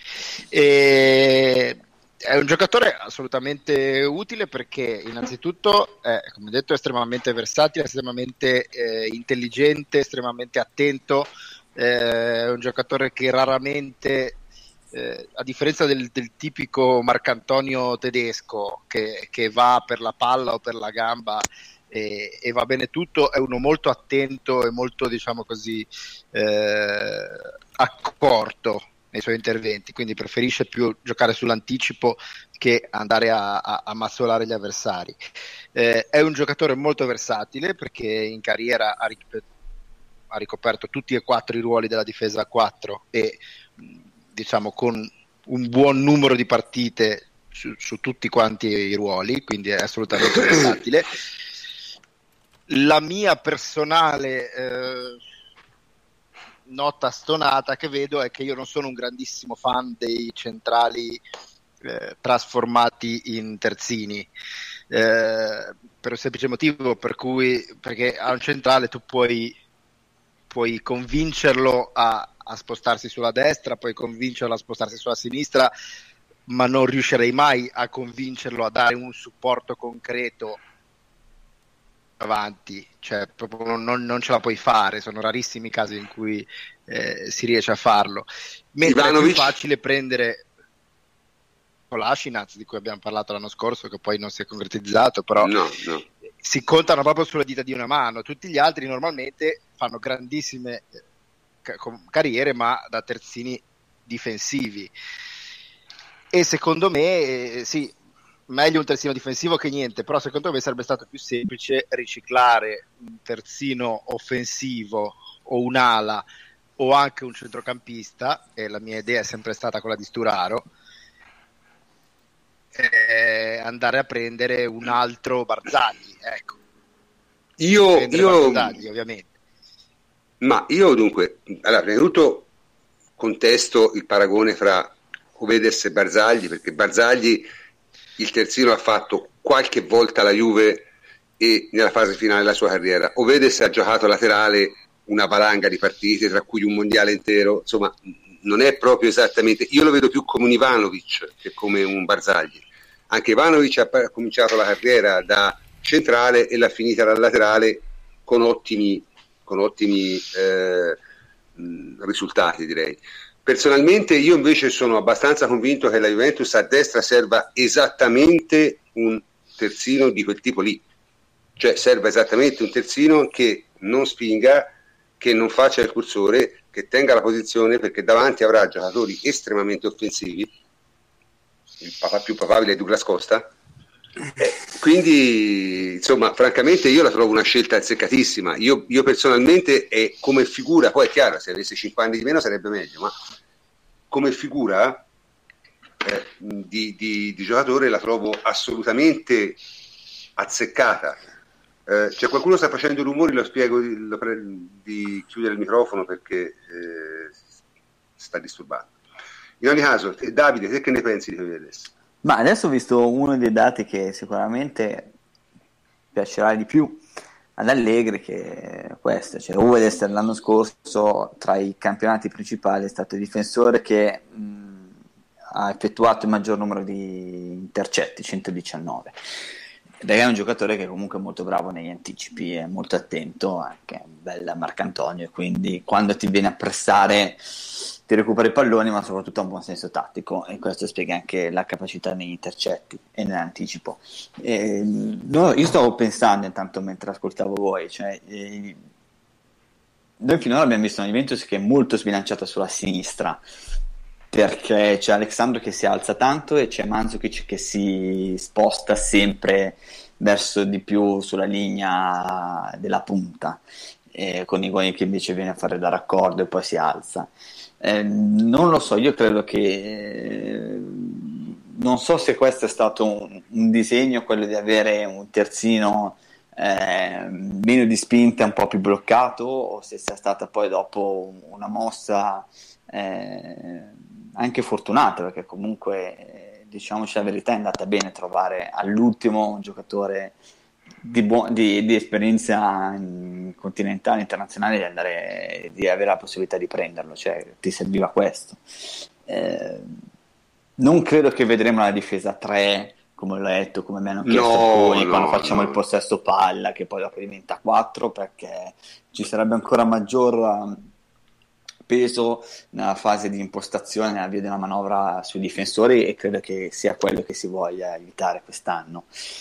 È un giocatore assolutamente utile perché innanzitutto è, come detto, estremamente versatile, estremamente intelligente, estremamente attento, è un giocatore che raramente, a differenza del tipico Marcantonio tedesco che va per la palla o per la gamba e va bene tutto, è uno molto attento e molto, diciamo così, accorto nei suoi interventi, quindi preferisce più giocare sull'anticipo che andare a massolare gli avversari. È un giocatore molto versatile perché in carriera ha ricoperto tutti e 4 i ruoli della difesa a 4 e diciamo con un buon numero di partite su tutti quanti i ruoli, quindi è assolutamente versatile. La mia personale nota stonata che vedo è che io non sono un grandissimo fan dei centrali trasformati in terzini, per un semplice motivo perché a un centrale tu puoi convincerlo a spostarsi sulla destra, puoi convincerlo a spostarsi sulla sinistra, ma non riuscirei mai a convincerlo a dare un supporto concreto avanti, cioè proprio non ce la puoi fare, sono rarissimi i casi in cui si riesce a farlo, mentre Ivanovic? è più facile prendere Kolasinac, di cui abbiamo parlato l'anno scorso, che poi non si è concretizzato, però No. si contano proprio sulle dita di una mano. Tutti gli altri normalmente fanno grandissime carriere, ma da terzini difensivi, e secondo me sì, meglio un terzino difensivo che niente, però secondo me sarebbe stato più semplice riciclare un terzino offensivo o un'ala o anche un centrocampista, e la mia idea è sempre stata quella di Sturaro, andare a prendere un altro Barzagli, ecco. Io Barzagli, ovviamente. Ma io dunque, allora, prima di tutto contesto il paragone fra Guedes e Barzagli, perché Barzagli il terzino ha fatto qualche volta la Juve e nella fase finale della sua carriera. Guedes ha giocato laterale una valanga di partite, tra cui un mondiale intero, insomma non è proprio esattamente, io lo vedo più come un Ivanovic che come un Barzagli. Anche Ivanovic ha cominciato la carriera da centrale e l'ha finita da laterale con ottimi risultati, direi. Personalmente io invece sono abbastanza convinto che la Juventus a destra serva esattamente un terzino di quel tipo lì, cioè serve esattamente un terzino che non spinga, che non faccia il cursore, che tenga la posizione, perché davanti avrà giocatori estremamente offensivi. Il più papabile è Douglas Costa, quindi insomma francamente io la trovo una scelta azzeccatissima. Io personalmente, come figura, poi è chiaro, se avesse 5 anni di meno sarebbe meglio, ma come figura di giocatore la trovo assolutamente azzeccata. C'è qualcuno che sta facendo rumori, lo spiego di chiudere il microfono perché sta disturbando. In ogni caso, Davide, te che ne pensi di adesso? Ma adesso ho visto uno dei dati che sicuramente piacerà di più ad Allegri, che è questo, cioè Guedes l'anno scorso tra i campionati principali è stato il difensore che ha effettuato il maggior numero di intercetti, 119, ed è un giocatore che comunque è molto bravo negli anticipi, è molto attento, anche bella Marcantonio, e quindi quando ti viene a pressare ti recupera i palloni, ma soprattutto ha un buon senso tattico, e questo spiega anche la capacità negli intercetti e nell'anticipo. Io stavo pensando intanto mentre ascoltavo voi, cioè noi finora abbiamo visto una Juventus che è molto sbilanciata sulla sinistra, perché c'è Alexandro che si alza tanto e c'è Mandzukic che si sposta sempre verso di più sulla linea della punta, con Higuaín che invece viene a fare da raccordo e poi si alza. Non lo so, io credo che non so se questo è stato un disegno, quello di avere un terzino meno di spinta, un po' più bloccato, o se sia stata poi dopo una mossa anche fortunata, perché comunque diciamoci la verità, è andata bene trovare all'ultimo un giocatore di esperienza continentale, internazionale, di avere la possibilità di prenderlo, cioè ti serviva questo. Non credo che vedremo la difesa 3 come l'ho detto, come mi hanno chiesto alcuni, quando facciamo il possesso palla, che poi dopo diventa 4, perché ci sarebbe ancora maggior peso nella fase di impostazione, nella via della manovra sui difensori, e credo che sia quello che si voglia evitare quest'anno.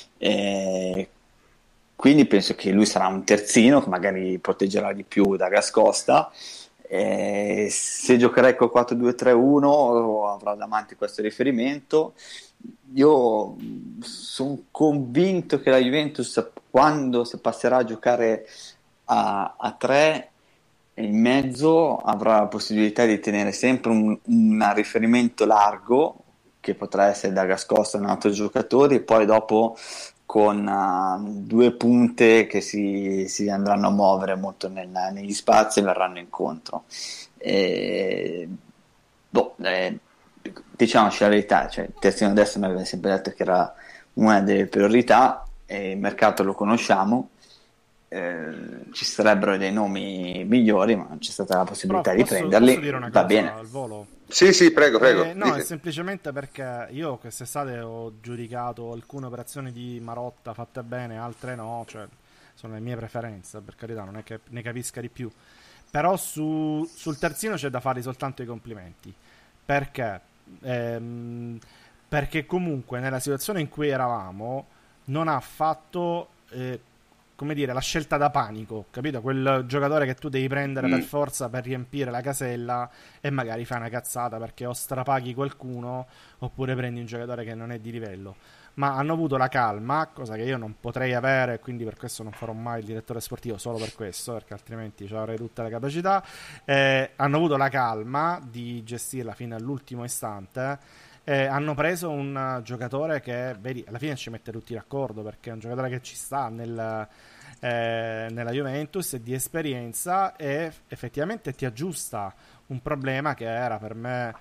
Quindi penso che lui sarà un terzino che magari proteggerà di più da Gascosta. Se giocherei col 4-2-3-1 avrò davanti questo riferimento. Io sono convinto che la Juventus, quando si passerà a giocare a 3 in mezzo, avrà la possibilità di tenere sempre un riferimento largo, che potrà essere da Gascosta o un altro giocatore, e poi dopo con 2 punte che si andranno a muovere molto negli spazi e verranno incontro. Diciamoci la verità, cioè, il terzino destro mi aveva sempre detto che era una delle priorità, e il mercato lo conosciamo, ci sarebbero dei nomi migliori, ma non c'è stata la possibilità Però di prenderli. posso dire una Va cosa bene. al volo? Sì, prego. No, Dite. è semplicemente perché io quest'estate ho giudicato alcune operazioni di Marotta fatte bene, altre no, cioè sono le mie preferenze, per carità, non è che ne capisca di più. Però sul terzino c'è da fargli soltanto i complimenti. Perché? Perché comunque nella situazione in cui eravamo non ha fatto, come dire, la scelta da panico, capito? Quel giocatore che tu devi prendere per forza per riempire la casella e magari fai una cazzata perché o strapaghi qualcuno oppure prendi un giocatore che non è di livello. Ma hanno avuto la calma, cosa che io non potrei avere, quindi per questo non farò mai il direttore sportivo, solo per questo, perché altrimenti ci avrei tutte le capacità. Hanno avuto la calma di gestirla fino all'ultimo istante. Hanno preso un giocatore che, vedi, alla fine ci mette tutti d'accordo, perché è un giocatore che ci sta nella Juventus, è di esperienza e effettivamente ti aggiusta un problema che era per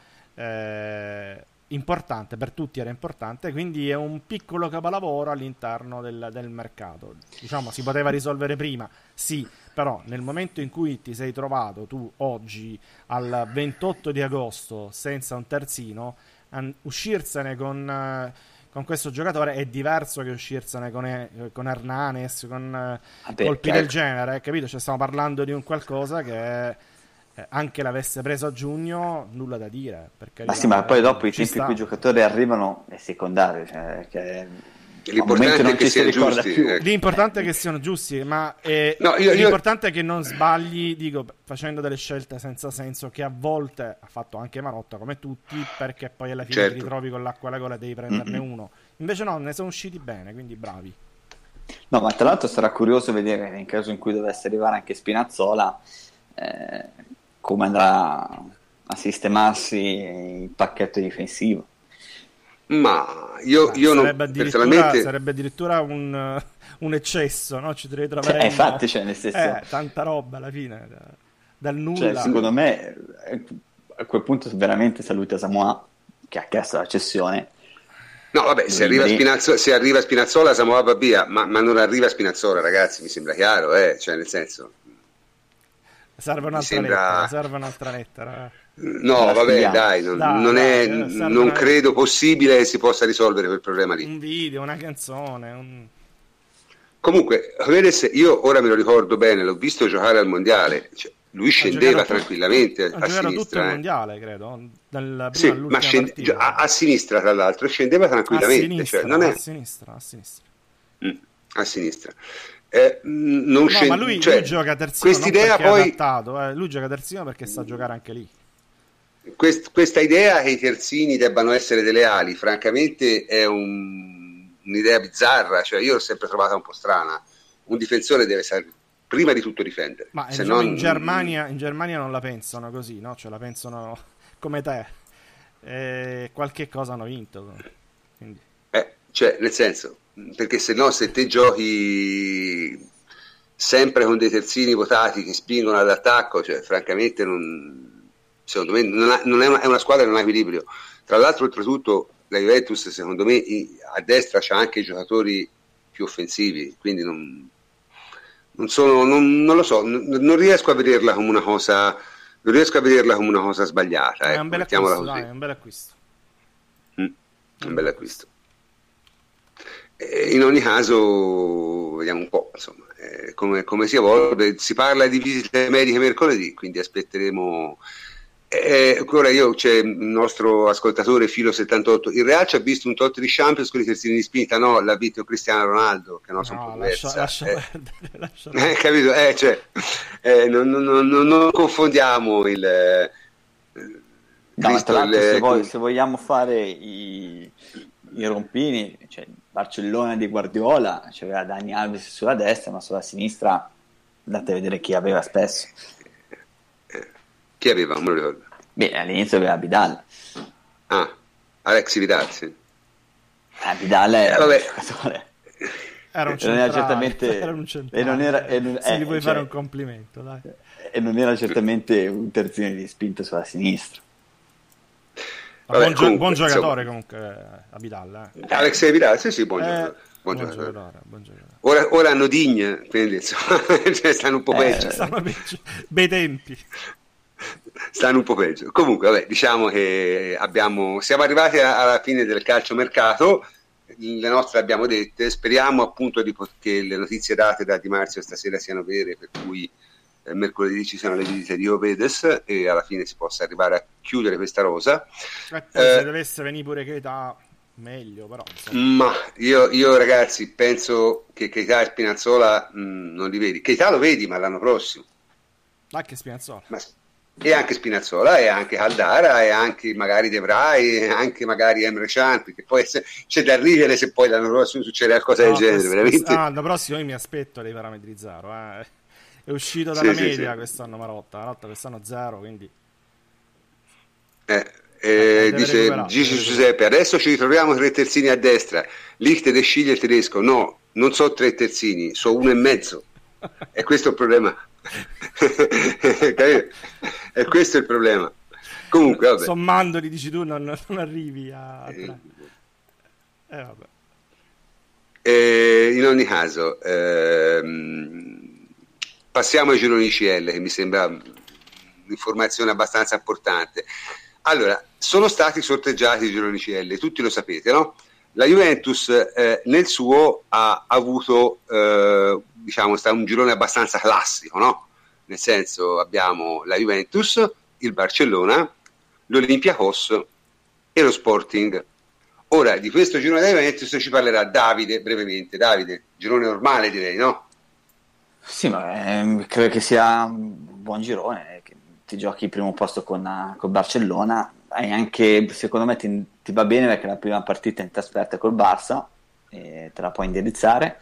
me importante, per tutti era importante, quindi è un piccolo capolavoro all'interno del mercato. Diciamo, si poteva risolvere prima, sì, però nel momento in cui ti sei trovato tu oggi al 28 di agosto senza un terzino, uscirsene con questo giocatore è diverso che uscirsene con Hernanes, con colpi del genere, capito? Cioè, stiamo parlando di un qualcosa che anche l'avesse preso a giugno, nulla da dire. Ma sì, ma poi dopo i tempi in cui i giocatori arrivano è secondario, cioè che l'importante è che siano giusti. L'importante è che siano giusti, ma l'importante è che non sbagli, dico, facendo delle scelte senza senso, che a volte ha fatto anche Marotta, come tutti, perché poi alla fine ti ritrovi con l'acqua alla gola e devi prenderne uno. Invece no, ne sono usciti bene, quindi bravi. No, ma tra l'altro sarà curioso vedere, nel caso in cui dovesse arrivare anche Spinazzola, come andrà a sistemarsi il pacchetto difensivo. Ma io non personalmente sarebbe addirittura un eccesso, no? Ci dovrei trovare infatti, cioè, nel senso, tanta roba alla fine dal nulla. Cioè, secondo me a quel punto veramente saluta Samoa, che ha chiesto la cessione. No, vabbè, se arriva Spinazzola Samoa va via, ma non arriva Spinazzola, ragazzi, mi sembra chiaro, cioè nel senso serve un'altra lettera. No, vabbè, dai, non credo possibile che si possa risolvere quel problema lì. Un video, una canzone. Comunque, io ora me lo ricordo bene, l'ho visto giocare al mondiale, cioè, lui scendeva tranquillamente a sinistra. Tutto il mondiale, credo. Sì, ma a sinistra, tra l'altro, scendeva tranquillamente. A sinistra. A sinistra. Ma lui gioca terzino, quest'idea non perché poi è adattato, lui gioca terzino perché sa giocare anche lì. Questa idea che i terzini debbano essere delle ali, francamente è un'idea bizzarra, cioè io l'ho sempre trovata un po' strana. Un difensore deve prima di tutto difendere. Ma se diciamo, non... in Germania non la pensano così, no? Cioè la pensano come te. Qualche cosa hanno vinto. Quindi. Cioè, nel senso, perché se no, se te giochi sempre con dei terzini votati che spingono all'attacco, cioè francamente secondo me è una squadra che non ha equilibrio. Tra l'altro, oltretutto, la Juventus secondo me a destra c'ha anche i giocatori più offensivi, quindi non lo so, non riesco a vederla come una cosa sbagliata. È un bel acquisto, dai, è un bel acquisto. Un bel acquisto. In ogni caso, vediamo un po', insomma, come si evolve. Si parla di visite mediche mercoledì, quindi aspetteremo. Ancora c'è il nostro ascoltatore Filo78. Il Real ci ha visto un tot di Champions con i terzini di spinta, no, l'ha vinto Cristiano Ronaldo, che sono un po' diversa. Lascia perdere. Capito? Non confondiamo il. No, tra l'altro, se vogliamo fare i rompini, cioè Barcellona di Guardiola, c'aveva Dani Alves sulla destra, ma sulla sinistra andate a vedere chi aveva spesso. Chi aveva? Non me lo ricordo. Beh, all'inizio aveva Vidal. Alex Vidal, sì. Vidal era un giocatore. Era un centrale. Se gli puoi fare un complimento, dai. E non era certamente un terzino di spinta sulla sinistra. Buon giocatore comunque a Vidal. Alex Vidal, sì, buon giocatore. buon Buon giocatore. giocatore, buon giocatore. Ora hanno Digne, quindi insomma, cioè, stanno un po' peggio. Stanno peggio. Bei tempi. Stanno un po' peggio. Comunque, vabbè, diciamo che siamo arrivati alla fine del calciomercato. Le nostre le abbiamo dette. Speriamo appunto che le notizie date da Di Marzio stasera siano vere, per cui mercoledì ci siano le visite di Ovedes e alla fine si possa arrivare a chiudere questa rosa. E poi se dovesse venire pure Keita, meglio, però ma io ragazzi penso che Keita e Spinazzola non li vedi. Keita lo vedi, ma l'anno prossimo anche Spinazzola, e anche Spinazzola e anche Caldara e anche magari De Vrij e anche magari Emre Can, perché poi c'è da ridere se poi l'anno prossimo succede qualcosa del genere, veramente. L'anno prossimo io mi aspetto dei parametri zero, è uscito dalla media quest'anno Marotta, quest'anno zero, quindi dice Gigi Giuseppe, adesso ci ritroviamo 3 terzini a destra, Lichte sceglie il tedesco. No, non so 3 terzini, so 1,5, e questo è il problema. E questo è il problema. Comunque vabbè, sommandoli dici tu non arrivi a 3. Vabbè. In ogni caso passiamo ai gironi CL, che mi sembra un'informazione abbastanza importante. Allora, sono stati sorteggiati i gironi CL, tutti lo sapete, no? La Juventus nel suo ha avuto diciamo sta un girone abbastanza classico, no? Nel senso, abbiamo la Juventus, il Barcellona, l'Olympiacos e lo Sporting. Ora, di questo girone della Juventus ci parlerà Davide brevemente. Davide, girone normale direi, no? Sì, ma credo che sia un buon girone, che ti giochi il primo posto con Barcellona e anche secondo me ti va bene perché la prima partita in trasferta è col Barça e te la puoi indirizzare.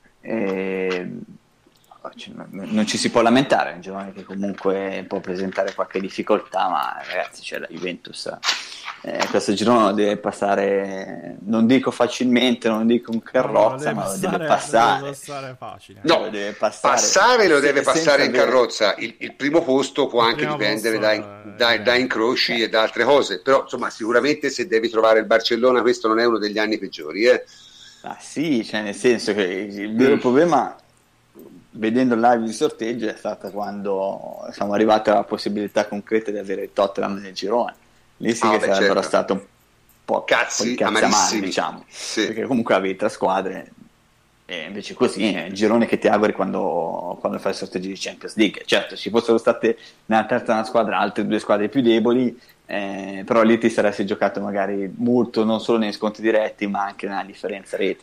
Non ci si può lamentare, è un girone che comunque può presentare qualche difficoltà, ma ragazzi c'è la Juventus, questo girone lo deve passare, non dico facilmente, non dico un carrozza, ma lo deve passare. Deve passare facile. No, lo deve deve passare in carrozza. Il primo posto può anche dipendere da incroci e da altre cose, però insomma sicuramente se devi trovare il Barcellona questo non è uno degli anni peggiori. Ah sì, cioè nel senso che il vero problema vedendo il live di sorteggio è stata quando siamo arrivati alla possibilità concreta di avere il Tottenham nel girone. Lì sì che sarebbero stato un po' cazzi amari, diciamo, sì. Perché comunque avevi 3 squadre e invece così è il girone che ti auguri quando fai il sorteggio di Champions League. Certo, ci fossero state nella terza una squadra altre 2 squadre più deboli, però lì ti saresti giocato magari molto non solo negli scontri diretti ma anche nella differenza reti.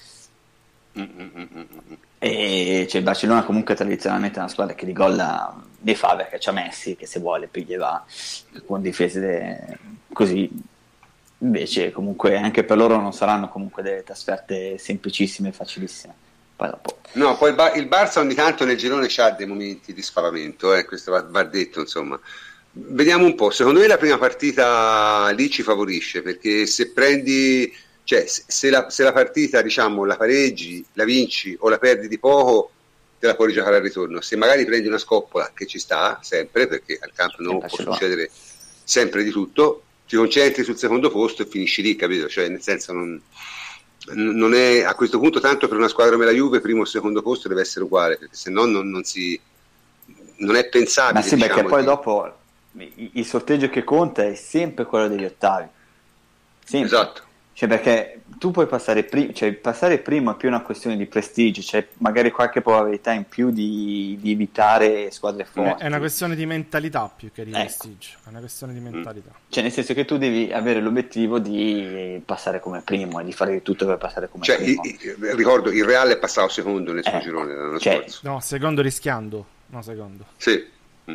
E il Barcellona comunque tradizionalmente è una squadra che di gol ne fa, perché c'ha Messi che se vuole poi gli va con difese così. Invece comunque anche per loro non saranno comunque delle trasferte semplicissime e facilissime. Poi dopo poi il Barça ogni tanto nel girone c'ha dei momenti di spalamento, questo va detto, insomma. Vediamo un po', secondo me la prima partita lì ci favorisce, perché se prendi, cioè se la partita diciamo la pareggi, la vinci o la perdi di poco, te la puoi rigiocare al ritorno. Se magari prendi una scoppola, che ci sta sempre, perché al Camp Nou può succedere sempre di tutto, ti concentri sul secondo posto e finisci lì, capito? Cioè nel senso non è a questo punto, tanto per una squadra come la Juve primo o secondo posto deve essere uguale, perché se no non è pensabile. Ma sì, diciamo, perché poi dopo il sorteggio che conta è sempre quello degli ottavi, sempre. Esatto. Cioè perché tu puoi passare prima, cioè passare prima è più una questione di prestigio, cioè magari qualche probabilità in più di evitare squadre forti. È una questione di mentalità più che di prestigio, è una questione di mentalità. Cioè nel senso che tu devi avere l'obiettivo di passare come primo e di fare di tutto per passare come primo. Ricordo, il Real è passato secondo nel suo girone l'anno scorso. No, secondo rischiando, secondo. Sì.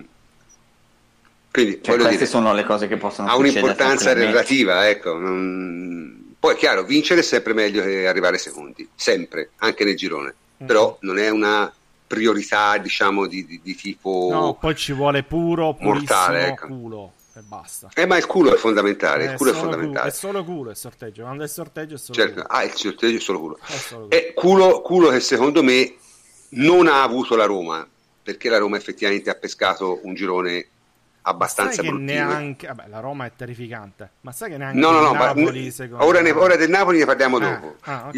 Quindi queste sono le cose che possono ha un'importanza relativa, ecco. Poi è chiaro, vincere è sempre meglio che arrivare secondi, sempre, anche nel girone, però non è una priorità, diciamo, di tipo no, poi ci vuole mortale, ecco. Culo e basta. Ma il culo è fondamentale, il culo è fondamentale. È solo culo il sorteggio, quando è il sorteggio è solo certo, culo. Il sorteggio è solo culo. È culo che secondo me non ha avuto la Roma, perché la Roma effettivamente ha pescato un girone abbastanza sai che bruttino. neanche vabbè, la Roma è terrificante, ma sai che neanche No, il Napoli secondo ora, me... ora del Napoli ne parliamo dopo. Okay.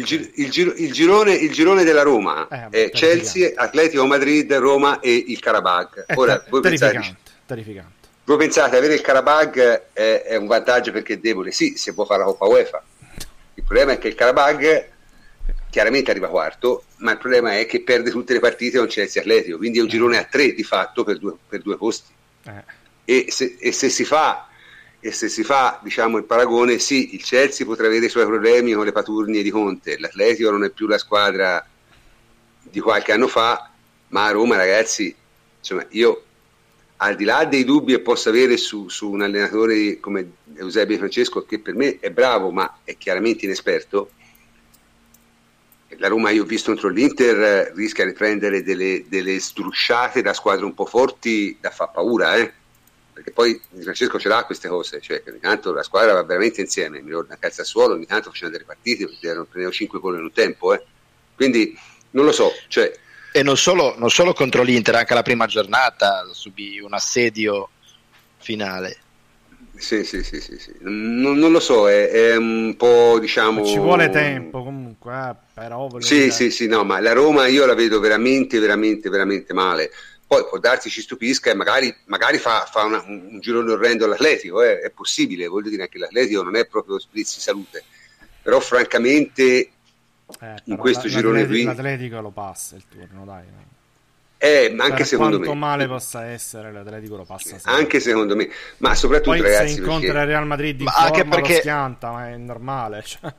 Il girone della Roma è Chelsea, Atletico Madrid, Roma e il Karabakh. Ora voi terrificante. Voi pensate avere il Karabakh è un vantaggio perché è debole? Sì, se può fare la Coppa UEFA. Il problema è che il Karabakh chiaramente arriva quarto, ma il problema è che perde tutte le partite con Chelsea Atletico, quindi è un girone a 3 di fatto per due posti. E se si fa diciamo il paragone, sì, il Chelsea potrà avere i suoi problemi con le paturnie di Conte, l'Atletico non è più la squadra di qualche anno fa, ma a Roma, ragazzi, insomma, io al di là dei dubbi che posso avere su un allenatore come Eusebio Francesco, che per me è bravo ma è chiaramente inesperto, la Roma, io ho visto contro l'Inter, rischia di prendere delle strusciate da squadre un po' forti da fa paura, perché poi Francesco ce l'ha queste cose, cioè che ogni tanto la squadra va veramente insieme. Mi ricordo a Calzassuolo ogni tanto facevano delle partite perché prendevano 5 gol in un tempo, quindi non lo so, cioè. E non solo contro l'Inter, anche la prima giornata subì un assedio finale. Sì. Non lo so, è un po', diciamo. Ci vuole tempo comunque, però. Sì, no, ma la Roma io la vedo veramente male. Poi può darsi ci stupisca e magari fa un girone orrendo all'Atletico, è possibile, voglio dire, anche l'Atletico non è proprio sprizzi salute, però francamente in questo girone qui l'Atletico lo passa il turno, dai. Anche per secondo quanto me male possa essere, l'Atletico lo passa sempre. Anche secondo me, ma soprattutto poi ragazzi, se incontra il Real Madrid in anche forma perché... lo schianta, ma è normale, cioè.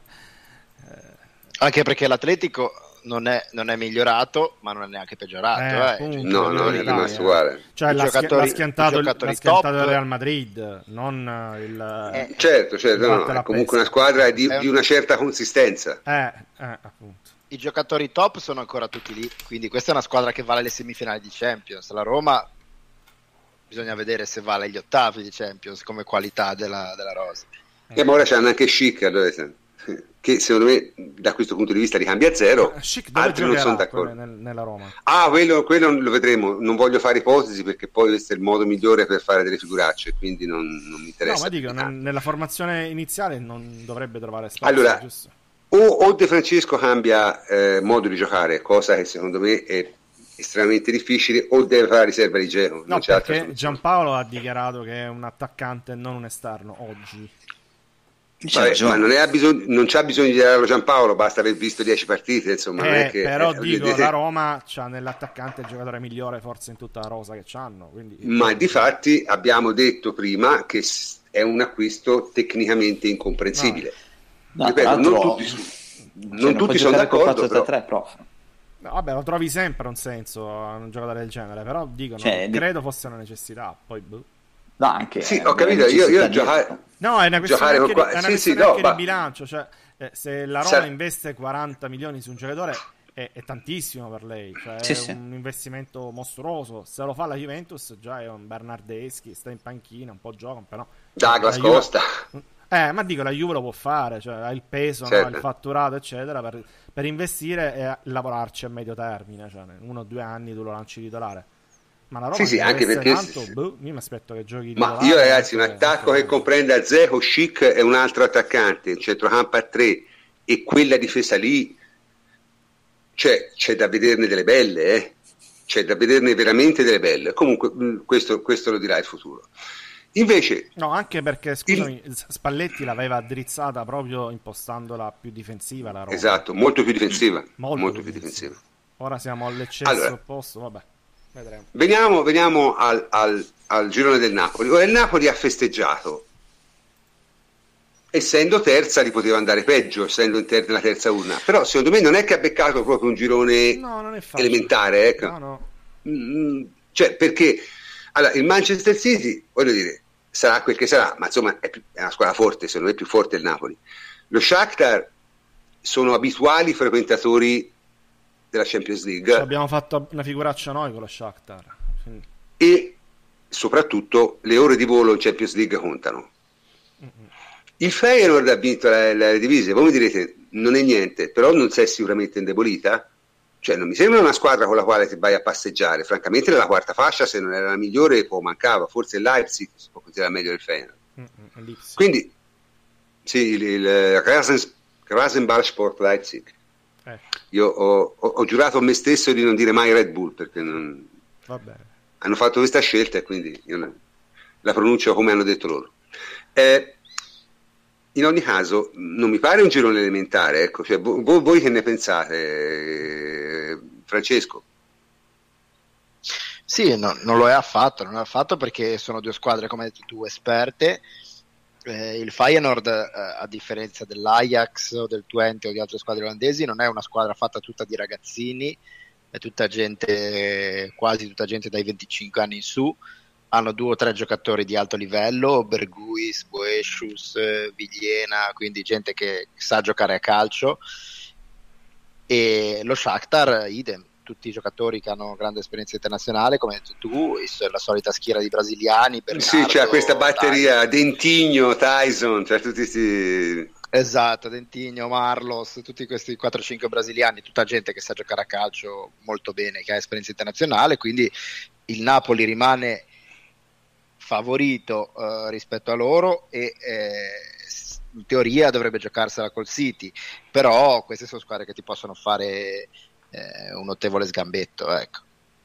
Anche perché l'Atletico non è migliorato, ma non è neanche peggiorato. Appunto, no, è rimasto uguale. Cioè l'ha schiantato il top... Real Madrid, non il... certo, no, è comunque una squadra di una certa consistenza. Appunto. I giocatori top sono ancora tutti lì, quindi questa è una squadra che vale le semifinali di Champions. La Roma bisogna vedere se vale gli ottavi di Champions come qualità della rosa. Ma ora c'hanno anche Schick, allora, che secondo me da questo punto di vista li cambia a zero. Altri non sono d'accordo nella Roma. Quello lo vedremo, non voglio fare ipotesi perché poi questo è il modo migliore per fare delle figuracce, quindi non mi interessa. No, ma dico, nella formazione iniziale non dovrebbe trovare spazio, allora, giusto? o De Francesco cambia modo di giocare, cosa che secondo me è estremamente difficile, o deve fare riserva di Dzeko. No, perché Giampaolo ha dichiarato che è un attaccante e non un esterno oggi. Vabbè, ma non c'ha bisogno di darlo Giampaolo, basta aver visto 10 partite, insomma. Non è che, però dico, la Roma c'ha nell'attaccante il giocatore migliore forse in tutta la rosa che c'hanno, quindi... Ma difatti abbiamo detto prima che è un acquisto tecnicamente incomprensibile. No, ripeto, non tutti sono d'accordo, però... Vabbè, lo trovi sempre un senso a un giocatore del genere, però dico, credo fosse una necessità, poi no, anche sì, ho capito, io giocare... No, è una questione anche di bilancio, cioè se la Roma investe 40 milioni su un giocatore è tantissimo per lei, cioè è un investimento mostruoso. Se lo fa la Juventus già è un Bernardeschi, sta in panchina, un po' gioca, però Douglas Costa. Ma dico, la Juve lo può fare, cioè ha il peso, no? Il fatturato, eccetera, per investire e lavorarci a medio termine, cioè in 1 o 2 anni tu lo lanci titolare. Ma la Roma anche perché tanto, io mi aspetto che giochi ma io ragazzi, un attacco che comprenda Dzeko, Schick e un altro attaccante, un centrocampo a 3 e quella difesa lì, cioè c'è da vederne delle belle, c'è da vederne veramente delle belle. Comunque questo lo dirà il futuro. Invece no, anche perché scusami, Spalletti l'aveva addrizzata proprio impostandola più difensiva la Roma. Esatto, molto più difensiva, molto più difensiva. Ora siamo all'eccesso opposto, vabbè, vedremo. Veniamo al girone del Napoli. Ora il Napoli ha festeggiato, essendo terza li poteva andare peggio, essendo nella terza urna, però secondo me non è che ha beccato proprio un girone elementare, ecco. Cioè, perché allora, il Manchester City, voglio dire, sarà quel che sarà, ma insomma è una squadra forte, secondo me è più forte del Napoli. Lo Shakhtar sono abituali frequentatori della Champions League. Abbiamo fatto una figuraccia noi con lo Shakhtar. E soprattutto le ore di volo in Champions League contano. Il Feyenoord ha vinto la divisa, voi mi direte non è niente, però non si è sicuramente indebolita. cioè non mi sembra una squadra con la quale ti vai a passeggiare. Francamente nella quarta fascia, se non era la migliore, mancava, forse il Leipzig si può considerare meglio del Feyenoord. Quindi sì, il Rasenballsport Leipzig. Io ho giurato a me stesso di non dire mai Red Bull, perché hanno fatto questa scelta e quindi io la pronuncio come hanno detto loro. In ogni caso non mi pare un girone elementare, ecco. Cioè, voi che ne pensate, Francesco? Sì, no, non lo è affatto perché sono due squadre, come hai detto tu, esperte. Il Feyenoord, a differenza dell'Ajax o del Twente o di altre squadre olandesi, non è una squadra fatta tutta di ragazzini, è tutta gente, quasi tutta gente dai 25 anni in su. Hanno 2 o 3 giocatori di alto livello, Berguis, Boetius, Vigliena, quindi gente che sa giocare a calcio. E lo Shakhtar idem, tutti i giocatori che hanno grande esperienza internazionale, come hai detto tu, la solita schiera di brasiliani, Bernardo, sì, c'è questa batteria, Dentinho, Tyson, cioè tutti questi... Esatto, Dentinho, Marlos, tutti questi 4-5 brasiliani, tutta gente che sa giocare a calcio molto bene, che ha esperienza internazionale, quindi il Napoli rimane favorito rispetto a loro e in teoria dovrebbe giocarsela col City, però queste sono squadre che ti possono fare un notevole sgambetto, ecco.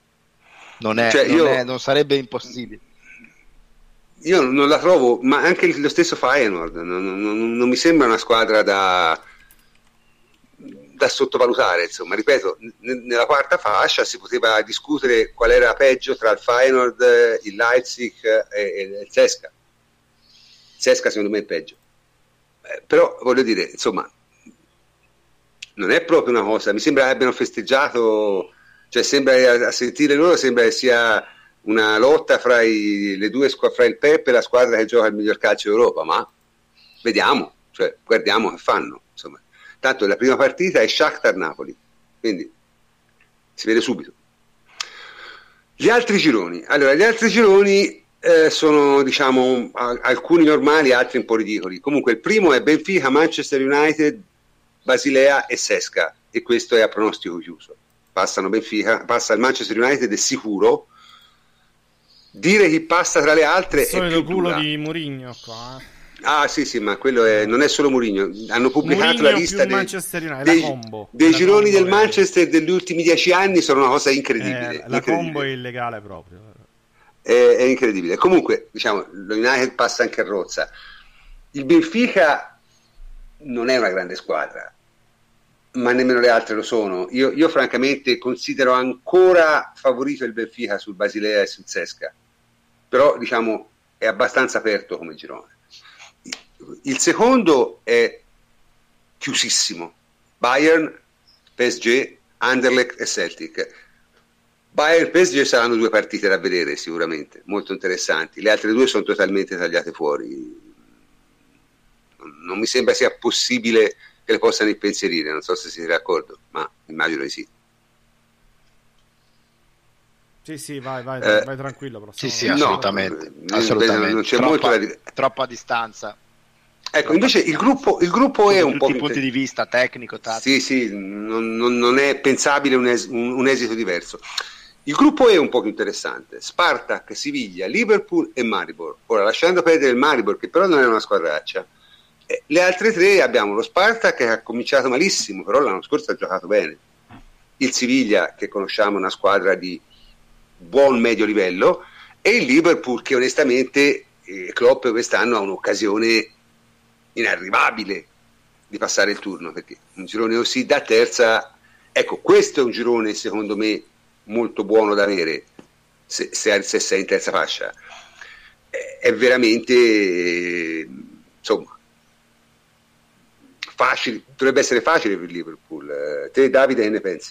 Non sarebbe impossibile. Io non la trovo, ma anche lo stesso Feyenoord non mi sembra una squadra da sottovalutare, insomma. Ripeto, nella quarta fascia si poteva discutere qual era peggio tra il Feyenoord, il Leipzig e il Cesca. Il Cesca secondo me è peggio, però voglio dire, insomma, non è proprio una cosa, mi sembra che abbiano festeggiato, cioè sembra, a sentire loro sembra che sia una lotta fra le due fra il Pep e la squadra che gioca il miglior calcio d'Europa, ma vediamo, cioè guardiamo che fanno, insomma. Tanto la prima partita è Shakhtar-Napoli, quindi si vede subito. Gli altri gironi sono, diciamo, alcuni normali, altri un po' ridicoli. Comunque il primo è Benfica, Manchester United, Basilea e Sesca, e questo è a pronostico chiuso. Passa il Manchester United, è sicuro. Dire chi passa tra le altre è più culo dura. di Mourinho qua. Ah sì, ma quello non è solo Mourinho. Hanno pubblicato Mourinho la lista dei gironi del Manchester degli ultimi 10 anni, sono una cosa incredibile. La combo è illegale proprio. È incredibile. Comunque, diciamo, lo United passa anche a rozza. Il Benfica non è una grande squadra, ma nemmeno le altre lo sono. Io francamente considero ancora favorito il Benfica sul Basilea e sul Cesca, però diciamo è abbastanza aperto come girone. Il secondo è chiusissimo: Bayern, PSG, Anderlecht e Celtic. Bayern e PSG saranno 2 partite da vedere sicuramente, molto interessanti. Le altre 2 sono totalmente tagliate fuori. Non mi sembra sia possibile che le possano impensierire, non so se siete d'accordo, ma immagino di sì. Sì, vai tranquillo. Però sì, assolutamente. Non c'è molto da dire. Troppa distanza. Ecco, invece il gruppo è un po' tutti i punti di vista tecnico, tattico. Sì, non è pensabile un esito diverso. Il gruppo è un po' più interessante: Spartak, Siviglia, Liverpool e Maribor. Ora, lasciando perdere il Maribor, che però non è una squadraccia, le altre 3 abbiamo lo Spartak, che ha cominciato malissimo, però l'anno scorso ha giocato bene. Il Siviglia, che conosciamo, una squadra di buon medio livello, e il Liverpool, che onestamente Klopp quest'anno ha un'occasione inarrivabile di passare il turno, perché un girone così da terza, ecco, questo è un girone secondo me molto buono da avere se sei in terza fascia. È veramente insomma facile, dovrebbe essere facile per il Liverpool. Te, Davide, che ne pensi?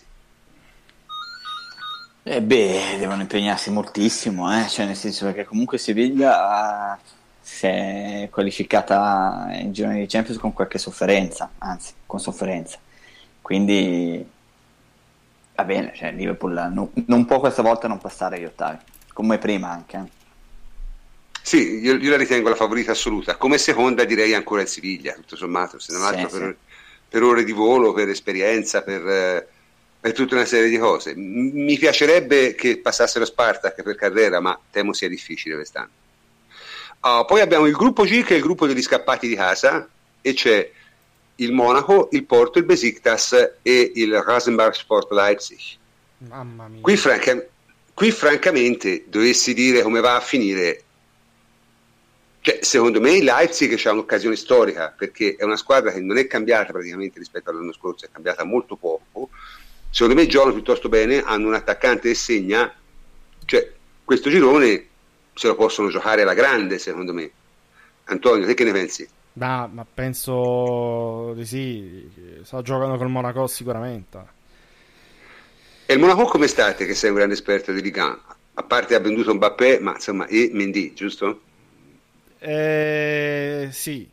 Devono impegnarsi moltissimo, cioè nel senso, perché comunque Siviglia si è qualificata in girone di Champions con qualche sofferenza, anzi con sofferenza, quindi va bene, cioè Liverpool non può questa volta non passare agli ottavi, come prima anche. Sì, io la ritengo la favorita assoluta. Come seconda direi ancora il Siviglia, tutto sommato, se non altro per ore di volo, per esperienza, per e tutta una serie di cose. Mi piacerebbe che passassero Spartak per Carrera, ma temo sia difficile quest'anno. Poi abbiamo il gruppo G, che è il gruppo degli scappati di casa, e c'è il Monaco, il Porto, il Besiktas e il Rasenbach Sport Leipzig. Mamma mia. Qui francamente dovessi dire come va a finire, cioè, secondo me il Leipzig c'ha un'occasione storica, perché è una squadra che non è cambiata praticamente rispetto all'anno scorso, è cambiata molto poco. Secondo me giocano piuttosto bene, hanno un attaccante che segna, cioè questo girone se lo possono giocare alla grande, secondo me. Antonio, te che ne pensi? Ma penso di sì, giocano col Monaco sicuramente. E il Monaco come state, che sei un grande esperto di Ligue 1? A parte ha venduto Mbappé, ma insomma, e Mendy, giusto? Sì,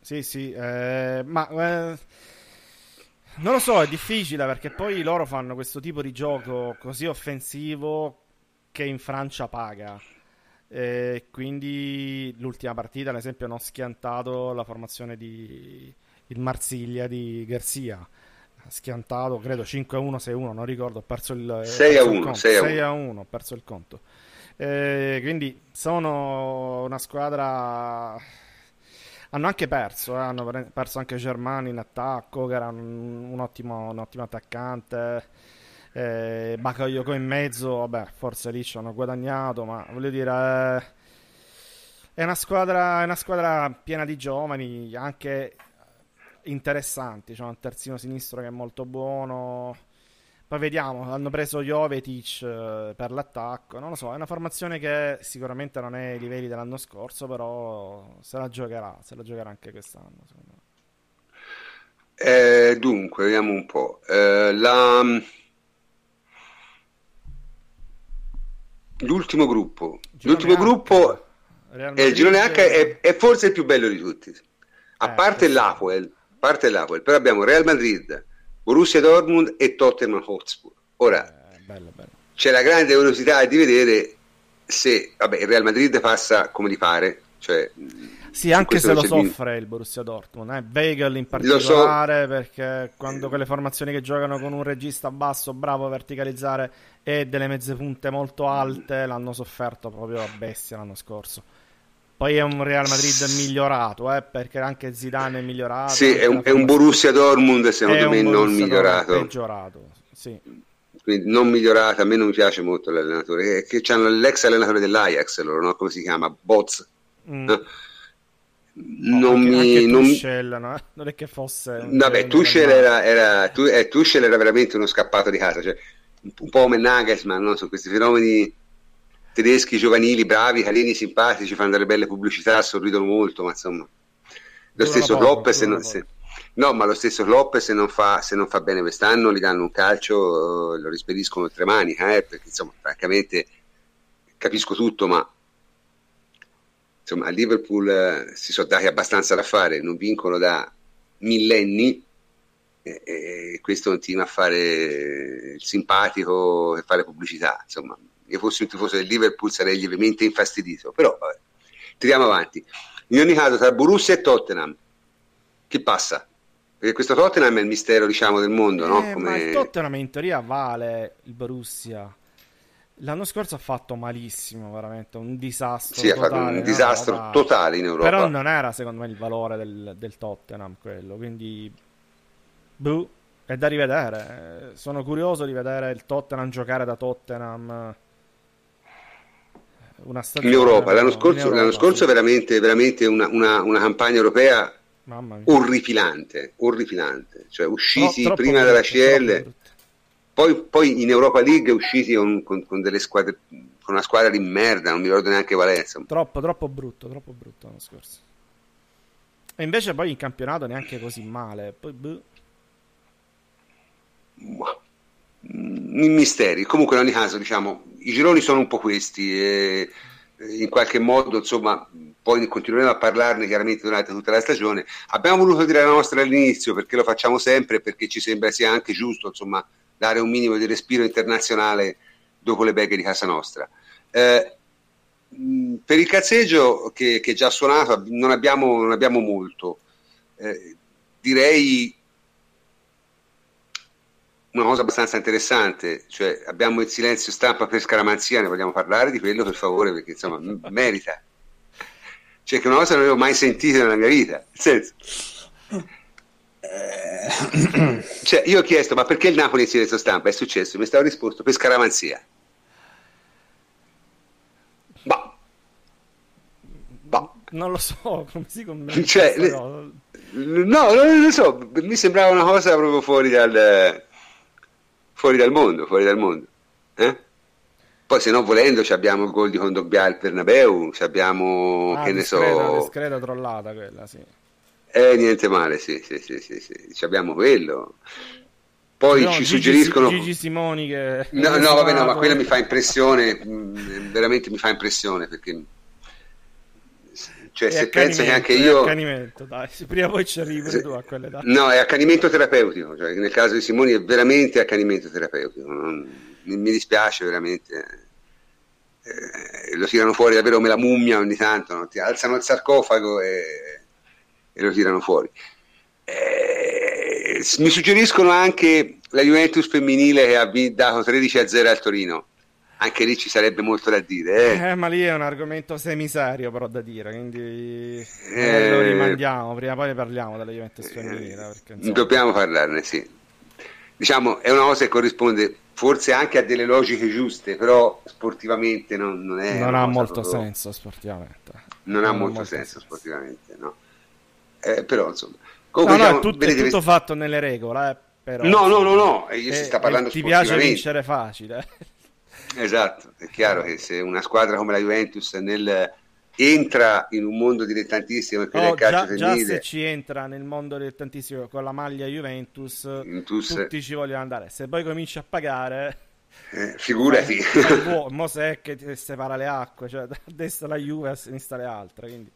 ma non lo so, è difficile perché poi loro fanno questo tipo di gioco così offensivo che in Francia paga. Quindi l'ultima partita, ad esempio, hanno schiantato la formazione di il Marsiglia di Garcia. Ha schiantato, credo 5-1, 6-1, non ricordo, ho perso il 6-1, 6-1, ho perso il conto. Quindi sono una squadra. Hanno anche perso, hanno perso anche Germani in attacco, che era un ottimo attaccante. Bakayoko in mezzo, vabbè, forse lì ci hanno guadagnato, ma voglio dire, è una squadra piena di giovani, anche interessanti. C'è un terzino sinistro che è molto buono. Poi vediamo, hanno preso Jovetic per l'attacco, non lo so, è una formazione che sicuramente non è ai livelli dell'anno scorso, però se la giocherà anche quest'anno, secondo me. Dunque, vediamo un po'. L'ultimo gruppo Real è il girone H, Madrid, è forse il più bello di tutti, a parte l'Apoel, però abbiamo Real Madrid, Borussia Dortmund e Tottenham Hotspur. Ora bello. c'è la grande curiosità di vedere se il Real Madrid passa come gli pare, cioè, sì, anche se lo soffre il Borussia Dortmund, Weigl in particolare, perché quando quelle formazioni che giocano con un regista basso bravo a verticalizzare e delle mezze punte molto alte l'hanno sofferto proprio a bestia l'anno scorso. Poi è un Real Madrid migliorato, perché anche Zidane è migliorato. Sì, è un Borussia Dortmund secondo me non migliorato. È peggiorato, sì. Quindi non migliorato, a me non mi piace molto l'allenatore, che c'hanno l'ex allenatore dell'Ajax, loro, no? Come si chiama? Boz. Anche Tuchel, no? Non è che fosse Tuchel era veramente uno scappato di casa, cioè, un po' come Nagelsmann, no? Sono questi fenomeni tedeschi giovanili, bravi, carini, simpatici, fanno delle belle pubblicità, sorridono molto, ma insomma lo stesso Klopp se non fa bene quest'anno gli danno un calcio, lo rispediscono a tre mani, perché insomma francamente capisco tutto, ma insomma a Liverpool si sono dati abbastanza da fare, non vincono da millenni, e questo continua a fare il simpatico e fare pubblicità. Insomma, io fossi un tifoso del Liverpool sarei lievemente infastidito, però vabbè, tiriamo avanti. In ogni caso, tra Borussia e Tottenham chi passa? Perché questo Tottenham è il mistero, diciamo, del mondo, no? Ma il Tottenham in teoria vale il Borussia. L'anno scorso ha fatto malissimo, veramente un disastro. Sì, ha fatto un disastro totale in Europa. Però non era, secondo me, il valore del Tottenham quello, quindi è da rivedere. Sono curioso di vedere il Tottenham giocare da Tottenham una stagione in Europa. L'anno scorso sì. È veramente una campagna europea orripilante, cioè usciti troppo prima dalla CL, poi in Europa League usciti con delle squadre, con una squadra di merda, non mi ricordo neanche qual è, insomma. Troppo brutto l'anno scorso. E invece poi in campionato neanche così male. Poi misteri. Comunque in ogni caso, diciamo, i gironi sono un po' questi, e in qualche modo, insomma, poi continueremo a parlarne chiaramente durante tutta la stagione. Abbiamo voluto dire la nostra all'inizio perché lo facciamo sempre, perché ci sembra sia anche giusto, insomma, dare un minimo di respiro internazionale dopo le beghe di casa nostra. Per il cazzeggio che già suonato non abbiamo molto, direi una cosa abbastanza interessante, cioè abbiamo il silenzio stampa per scaramanzia, ne vogliamo parlare di quello per favore, perché insomma merita, cioè che una cosa non avevo mai sentito nella mia vita, nel senso, cioè io ho chiesto ma perché il Napoli è in silenzio stampa, è successo, mi è stato risposto per scaramanzia. Non lo so come si commenta, cioè, no, non lo so, mi sembrava una cosa proprio fuori dal mondo, eh? Poi se no volendo abbiamo il gol di Kondogbia al Bernabeu, abbiamo che ne so, discreta trollata quella, sì. Niente male, sì, abbiamo quello. Poi ci suggeriscono Gigi Simoni che no, ma quella mi fa impressione, veramente mi fa impressione, perché cioè, se penso che anche io accanimento, dai, prima o poi ci arrivi tu a quelle date. No, è accanimento terapeutico, cioè, nel caso di Simoni è veramente accanimento terapeutico, mi dispiace veramente, lo tirano fuori davvero come la mummia ogni tanto, no? Ti alzano il sarcofago e lo tirano fuori. Mi suggeriscono anche la Juventus femminile che ha dato 13-0 al Torino. Anche lì ci sarebbe molto da dire. Ma lì è un argomento semiserio però da dire, quindi lo rimandiamo, prima poi ne parliamo della Juventus femminile. Perché, insomma... Dobbiamo parlarne, sì. Diciamo, è una cosa che corrisponde forse anche a delle logiche giuste, però sportivamente non ha molto senso sportivamente. Non ha molto senso sportivamente, no. Però insomma... Comunque, no, è tutto fatto nelle regole, però... No, si sta parlando ti sportivamente. Ti piace vincere facile. Esatto, è chiaro che se una squadra come la Juventus entra in un mondo dilettantistico e del calcio femminile, già se ci entra nel mondo dilettantistico con la maglia Juventus tutti ci vogliono andare, se poi cominci a pagare figurati, Mosè che ti separa le acque, cioè a destra la Juve, a sinistra le altre, quindi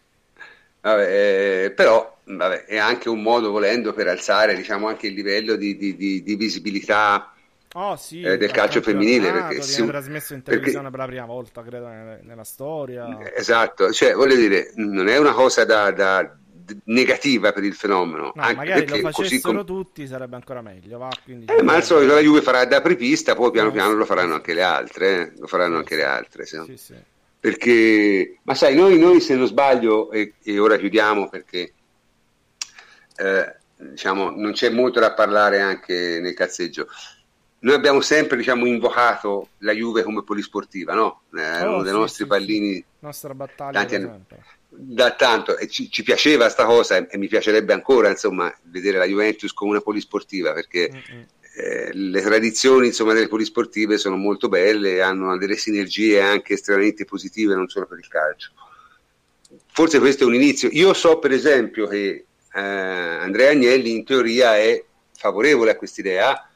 però è anche un modo, volendo, per alzare, diciamo, anche il livello di visibilità del calcio femminile, perché viene trasmesso in televisione per la prima volta, credo, nella storia. Esatto, cioè voglio dire, non è una cosa da negativa per il fenomeno, no, anche magari perché lo facessero tutti sarebbe ancora meglio, va? Quindi ma al solito la Juve farà da apripista, poi piano piano lo faranno anche le altre, sì. Perché, ma sai, noi se non sbaglio, e ora chiudiamo perché diciamo non c'è molto da parlare anche nel cazzeggio. Noi abbiamo sempre, diciamo, invocato la Juve come polisportiva, no? Uno dei nostri pallini. Nostra battaglia da tanto, e ci piaceva sta cosa, e mi piacerebbe ancora, insomma, vedere la Juventus come una polisportiva, perché le tradizioni, insomma, delle polisportive sono molto belle, hanno delle sinergie anche estremamente positive, non solo per il calcio. Forse questo è un inizio. Io so, per esempio, che Andrea Agnelli in teoria è favorevole a quest'idea.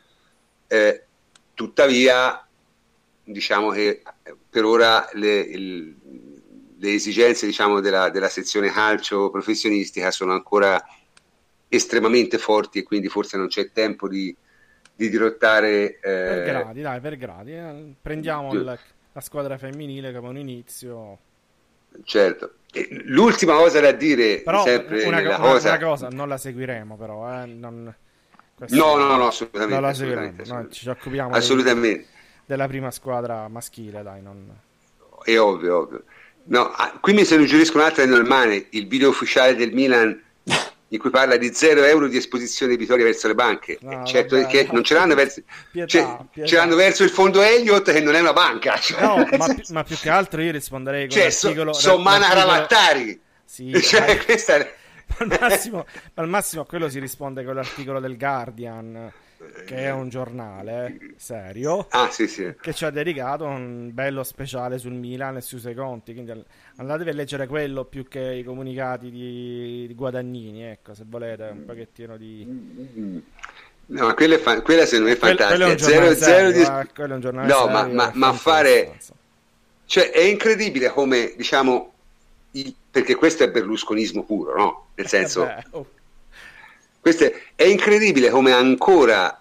Tuttavia diciamo che per ora le esigenze, diciamo, della sezione calcio professionistica sono ancora estremamente forti, e quindi forse non c'è tempo di dirottare per gradi. Prendiamo la squadra femminile come un inizio. Certo. L'ultima cosa da dire, però sempre una cosa non la seguiremo, però No, assolutamente. Noi ci occupiamo della prima squadra maschile, dai, è ovvio. No, qui mi se ne suggerisco un'altra normale, il video ufficiale del Milan in cui parla di 0 euro di esposizione debitoria verso le banche. Certo, vabbè, che non ce l'hanno verso ce l'hanno verso il fondo Elliott, che non è una banca, cioè. No, ma più che altro io risponderei con l'articolo Sommana Cravattari. Sì, cioè, questa è... al massimo a quello si risponde con l'articolo del Guardian, che è un giornale serio, sì. che ci ha dedicato un bello speciale sul Milan e sui suoi conti, quindi andatevi a leggere quello più che i comunicati di Guadagnini, ecco, se volete un pochettino di... No, quella secondo me è fantastica. Quello è un giornale no, serio, ma fare, cioè è incredibile come, diciamo, perché questo è berlusconismo puro, no? Nel senso, questo è incredibile come ancora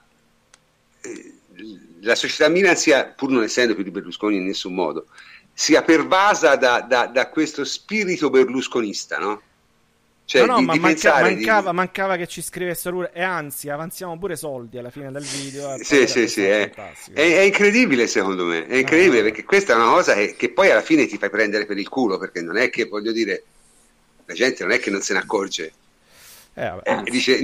la società Milan sia, pur non essendo più di Berlusconi in nessun modo, sia pervasa da questo spirito berlusconista, no? Cioè, no, ma pensare mancava che ci scrivessero pure, e anzi avanziamo pure soldi alla fine del video. Sì, è incredibile, secondo me, è incredibile, perché questa è una cosa che poi alla fine ti fai prendere per il culo, perché non è che, voglio dire, la gente non è che non se ne accorge. Dice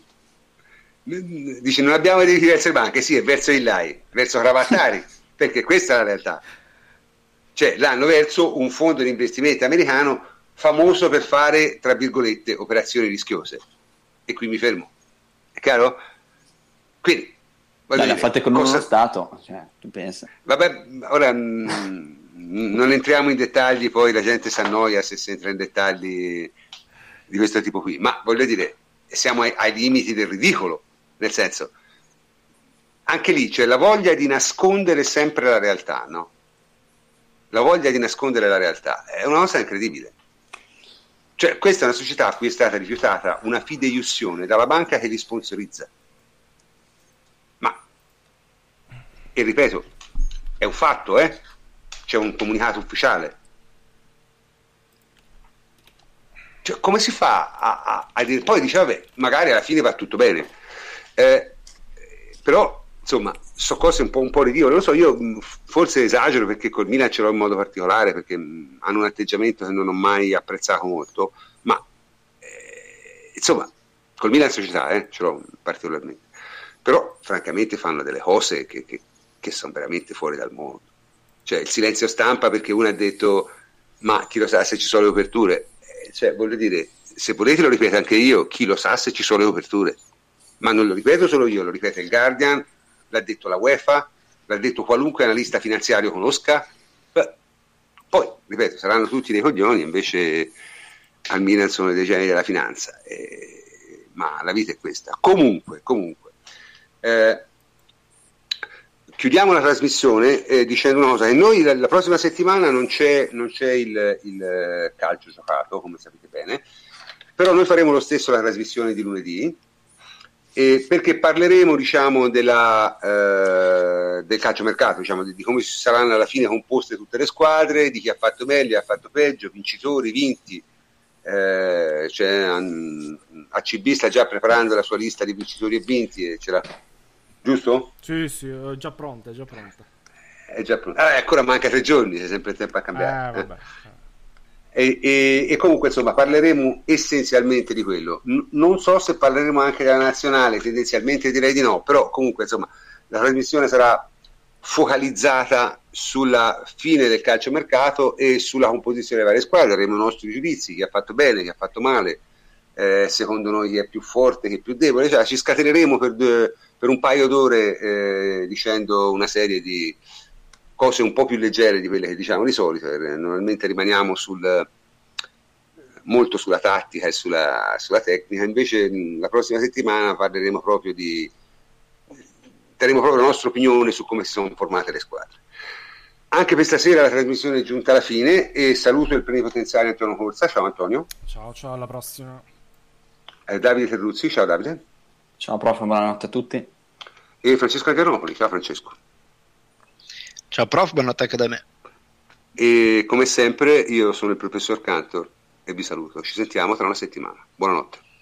non abbiamo debiti verso le banche, sì, è verso i lai, verso Cravattari, perché questa è la realtà. Cioè, l'hanno verso un fondo di investimenti americano famoso per fare, tra virgolette, operazioni rischiose. E qui mi fermo. È chiaro? Quindi, l'ha fatta con uno Stato, cioè, tu pensa. Vabbè, ora non entriamo in dettagli, poi la gente si annoia se si entra in dettagli di questo tipo qui, ma voglio dire, siamo ai limiti del ridicolo, nel senso, anche lì c'è la voglia di nascondere sempre la realtà, no? La voglia di nascondere la realtà è una cosa incredibile. Cioè, questa è una società a cui è stata rifiutata una fideiussione dalla banca che li sponsorizza. E ripeto, è un fatto, c'è un comunicato ufficiale. Cioè, come si fa a dire? Poi dice, vabbè, magari alla fine va tutto bene. Però, insomma, so cose un po' ridicole. Non so, io forse esagero perché col Milan ce l'ho in modo particolare, perché hanno un atteggiamento che non ho mai apprezzato molto, ma insomma, col Milan in società ce l'ho particolarmente. Però, francamente, fanno delle cose che sono veramente fuori dal mondo. Cioè, il silenzio stampa perché uno ha detto, ma chi lo sa se ci sono le coperture. Cioè, voglio dire, se volete lo ripeto anche io, chi lo sa se ci sono le coperture. Ma non lo ripeto solo io, lo ripete il Guardian, l'ha detto la UEFA, l'ha detto qualunque analista finanziario conosca. Poi, ripeto, saranno tutti dei coglioni, invece al Milan sono dei geni della finanza. Ma la vita è questa. Comunque. Chiudiamo la trasmissione dicendo una cosa, che noi la prossima settimana non c'è il calcio giocato, come sapete bene, però noi faremo lo stesso la trasmissione di lunedì, perché parleremo, diciamo, del calciomercato, diciamo, di come saranno alla fine composte tutte le squadre, di chi ha fatto meglio, ha fatto peggio, vincitori, vinti. ACB sta già preparando la sua lista di vincitori e vinti e ce l'ha. Giusto? Sì, è già pronta. È già pronta. Ancora manca 3 giorni, c'è sempre il tempo a cambiare. Vabbè. E comunque, insomma, parleremo essenzialmente di quello. Non so se parleremo anche della nazionale, tendenzialmente direi di no, però comunque, insomma, la trasmissione sarà focalizzata sulla fine del calciomercato e sulla composizione delle varie squadre. Avremo i nostri giudizi, chi ha fatto bene, chi ha fatto male, secondo noi chi è più forte, chi è più debole, cioè, ci scateneremo per un paio d'ore dicendo una serie di cose un po' più leggere di quelle che diciamo di solito. Normalmente rimaniamo molto sulla tattica e sulla tecnica, invece la prossima settimana daremo proprio la nostra opinione su come si sono formate le squadre. Anche per stasera la trasmissione è giunta alla fine e saluto il plenipotenziario Antonio Corsa. Ciao Antonio. Ciao, alla prossima. Davide Terruzzi. Ciao Davide. Ciao prof, buonanotte a tutti. E Francesco Angarnopoli. Ciao Francesco. Ciao prof, buonanotte anche da me. E come sempre io sono il professor Cantor e vi saluto. Ci sentiamo tra una settimana. Buonanotte.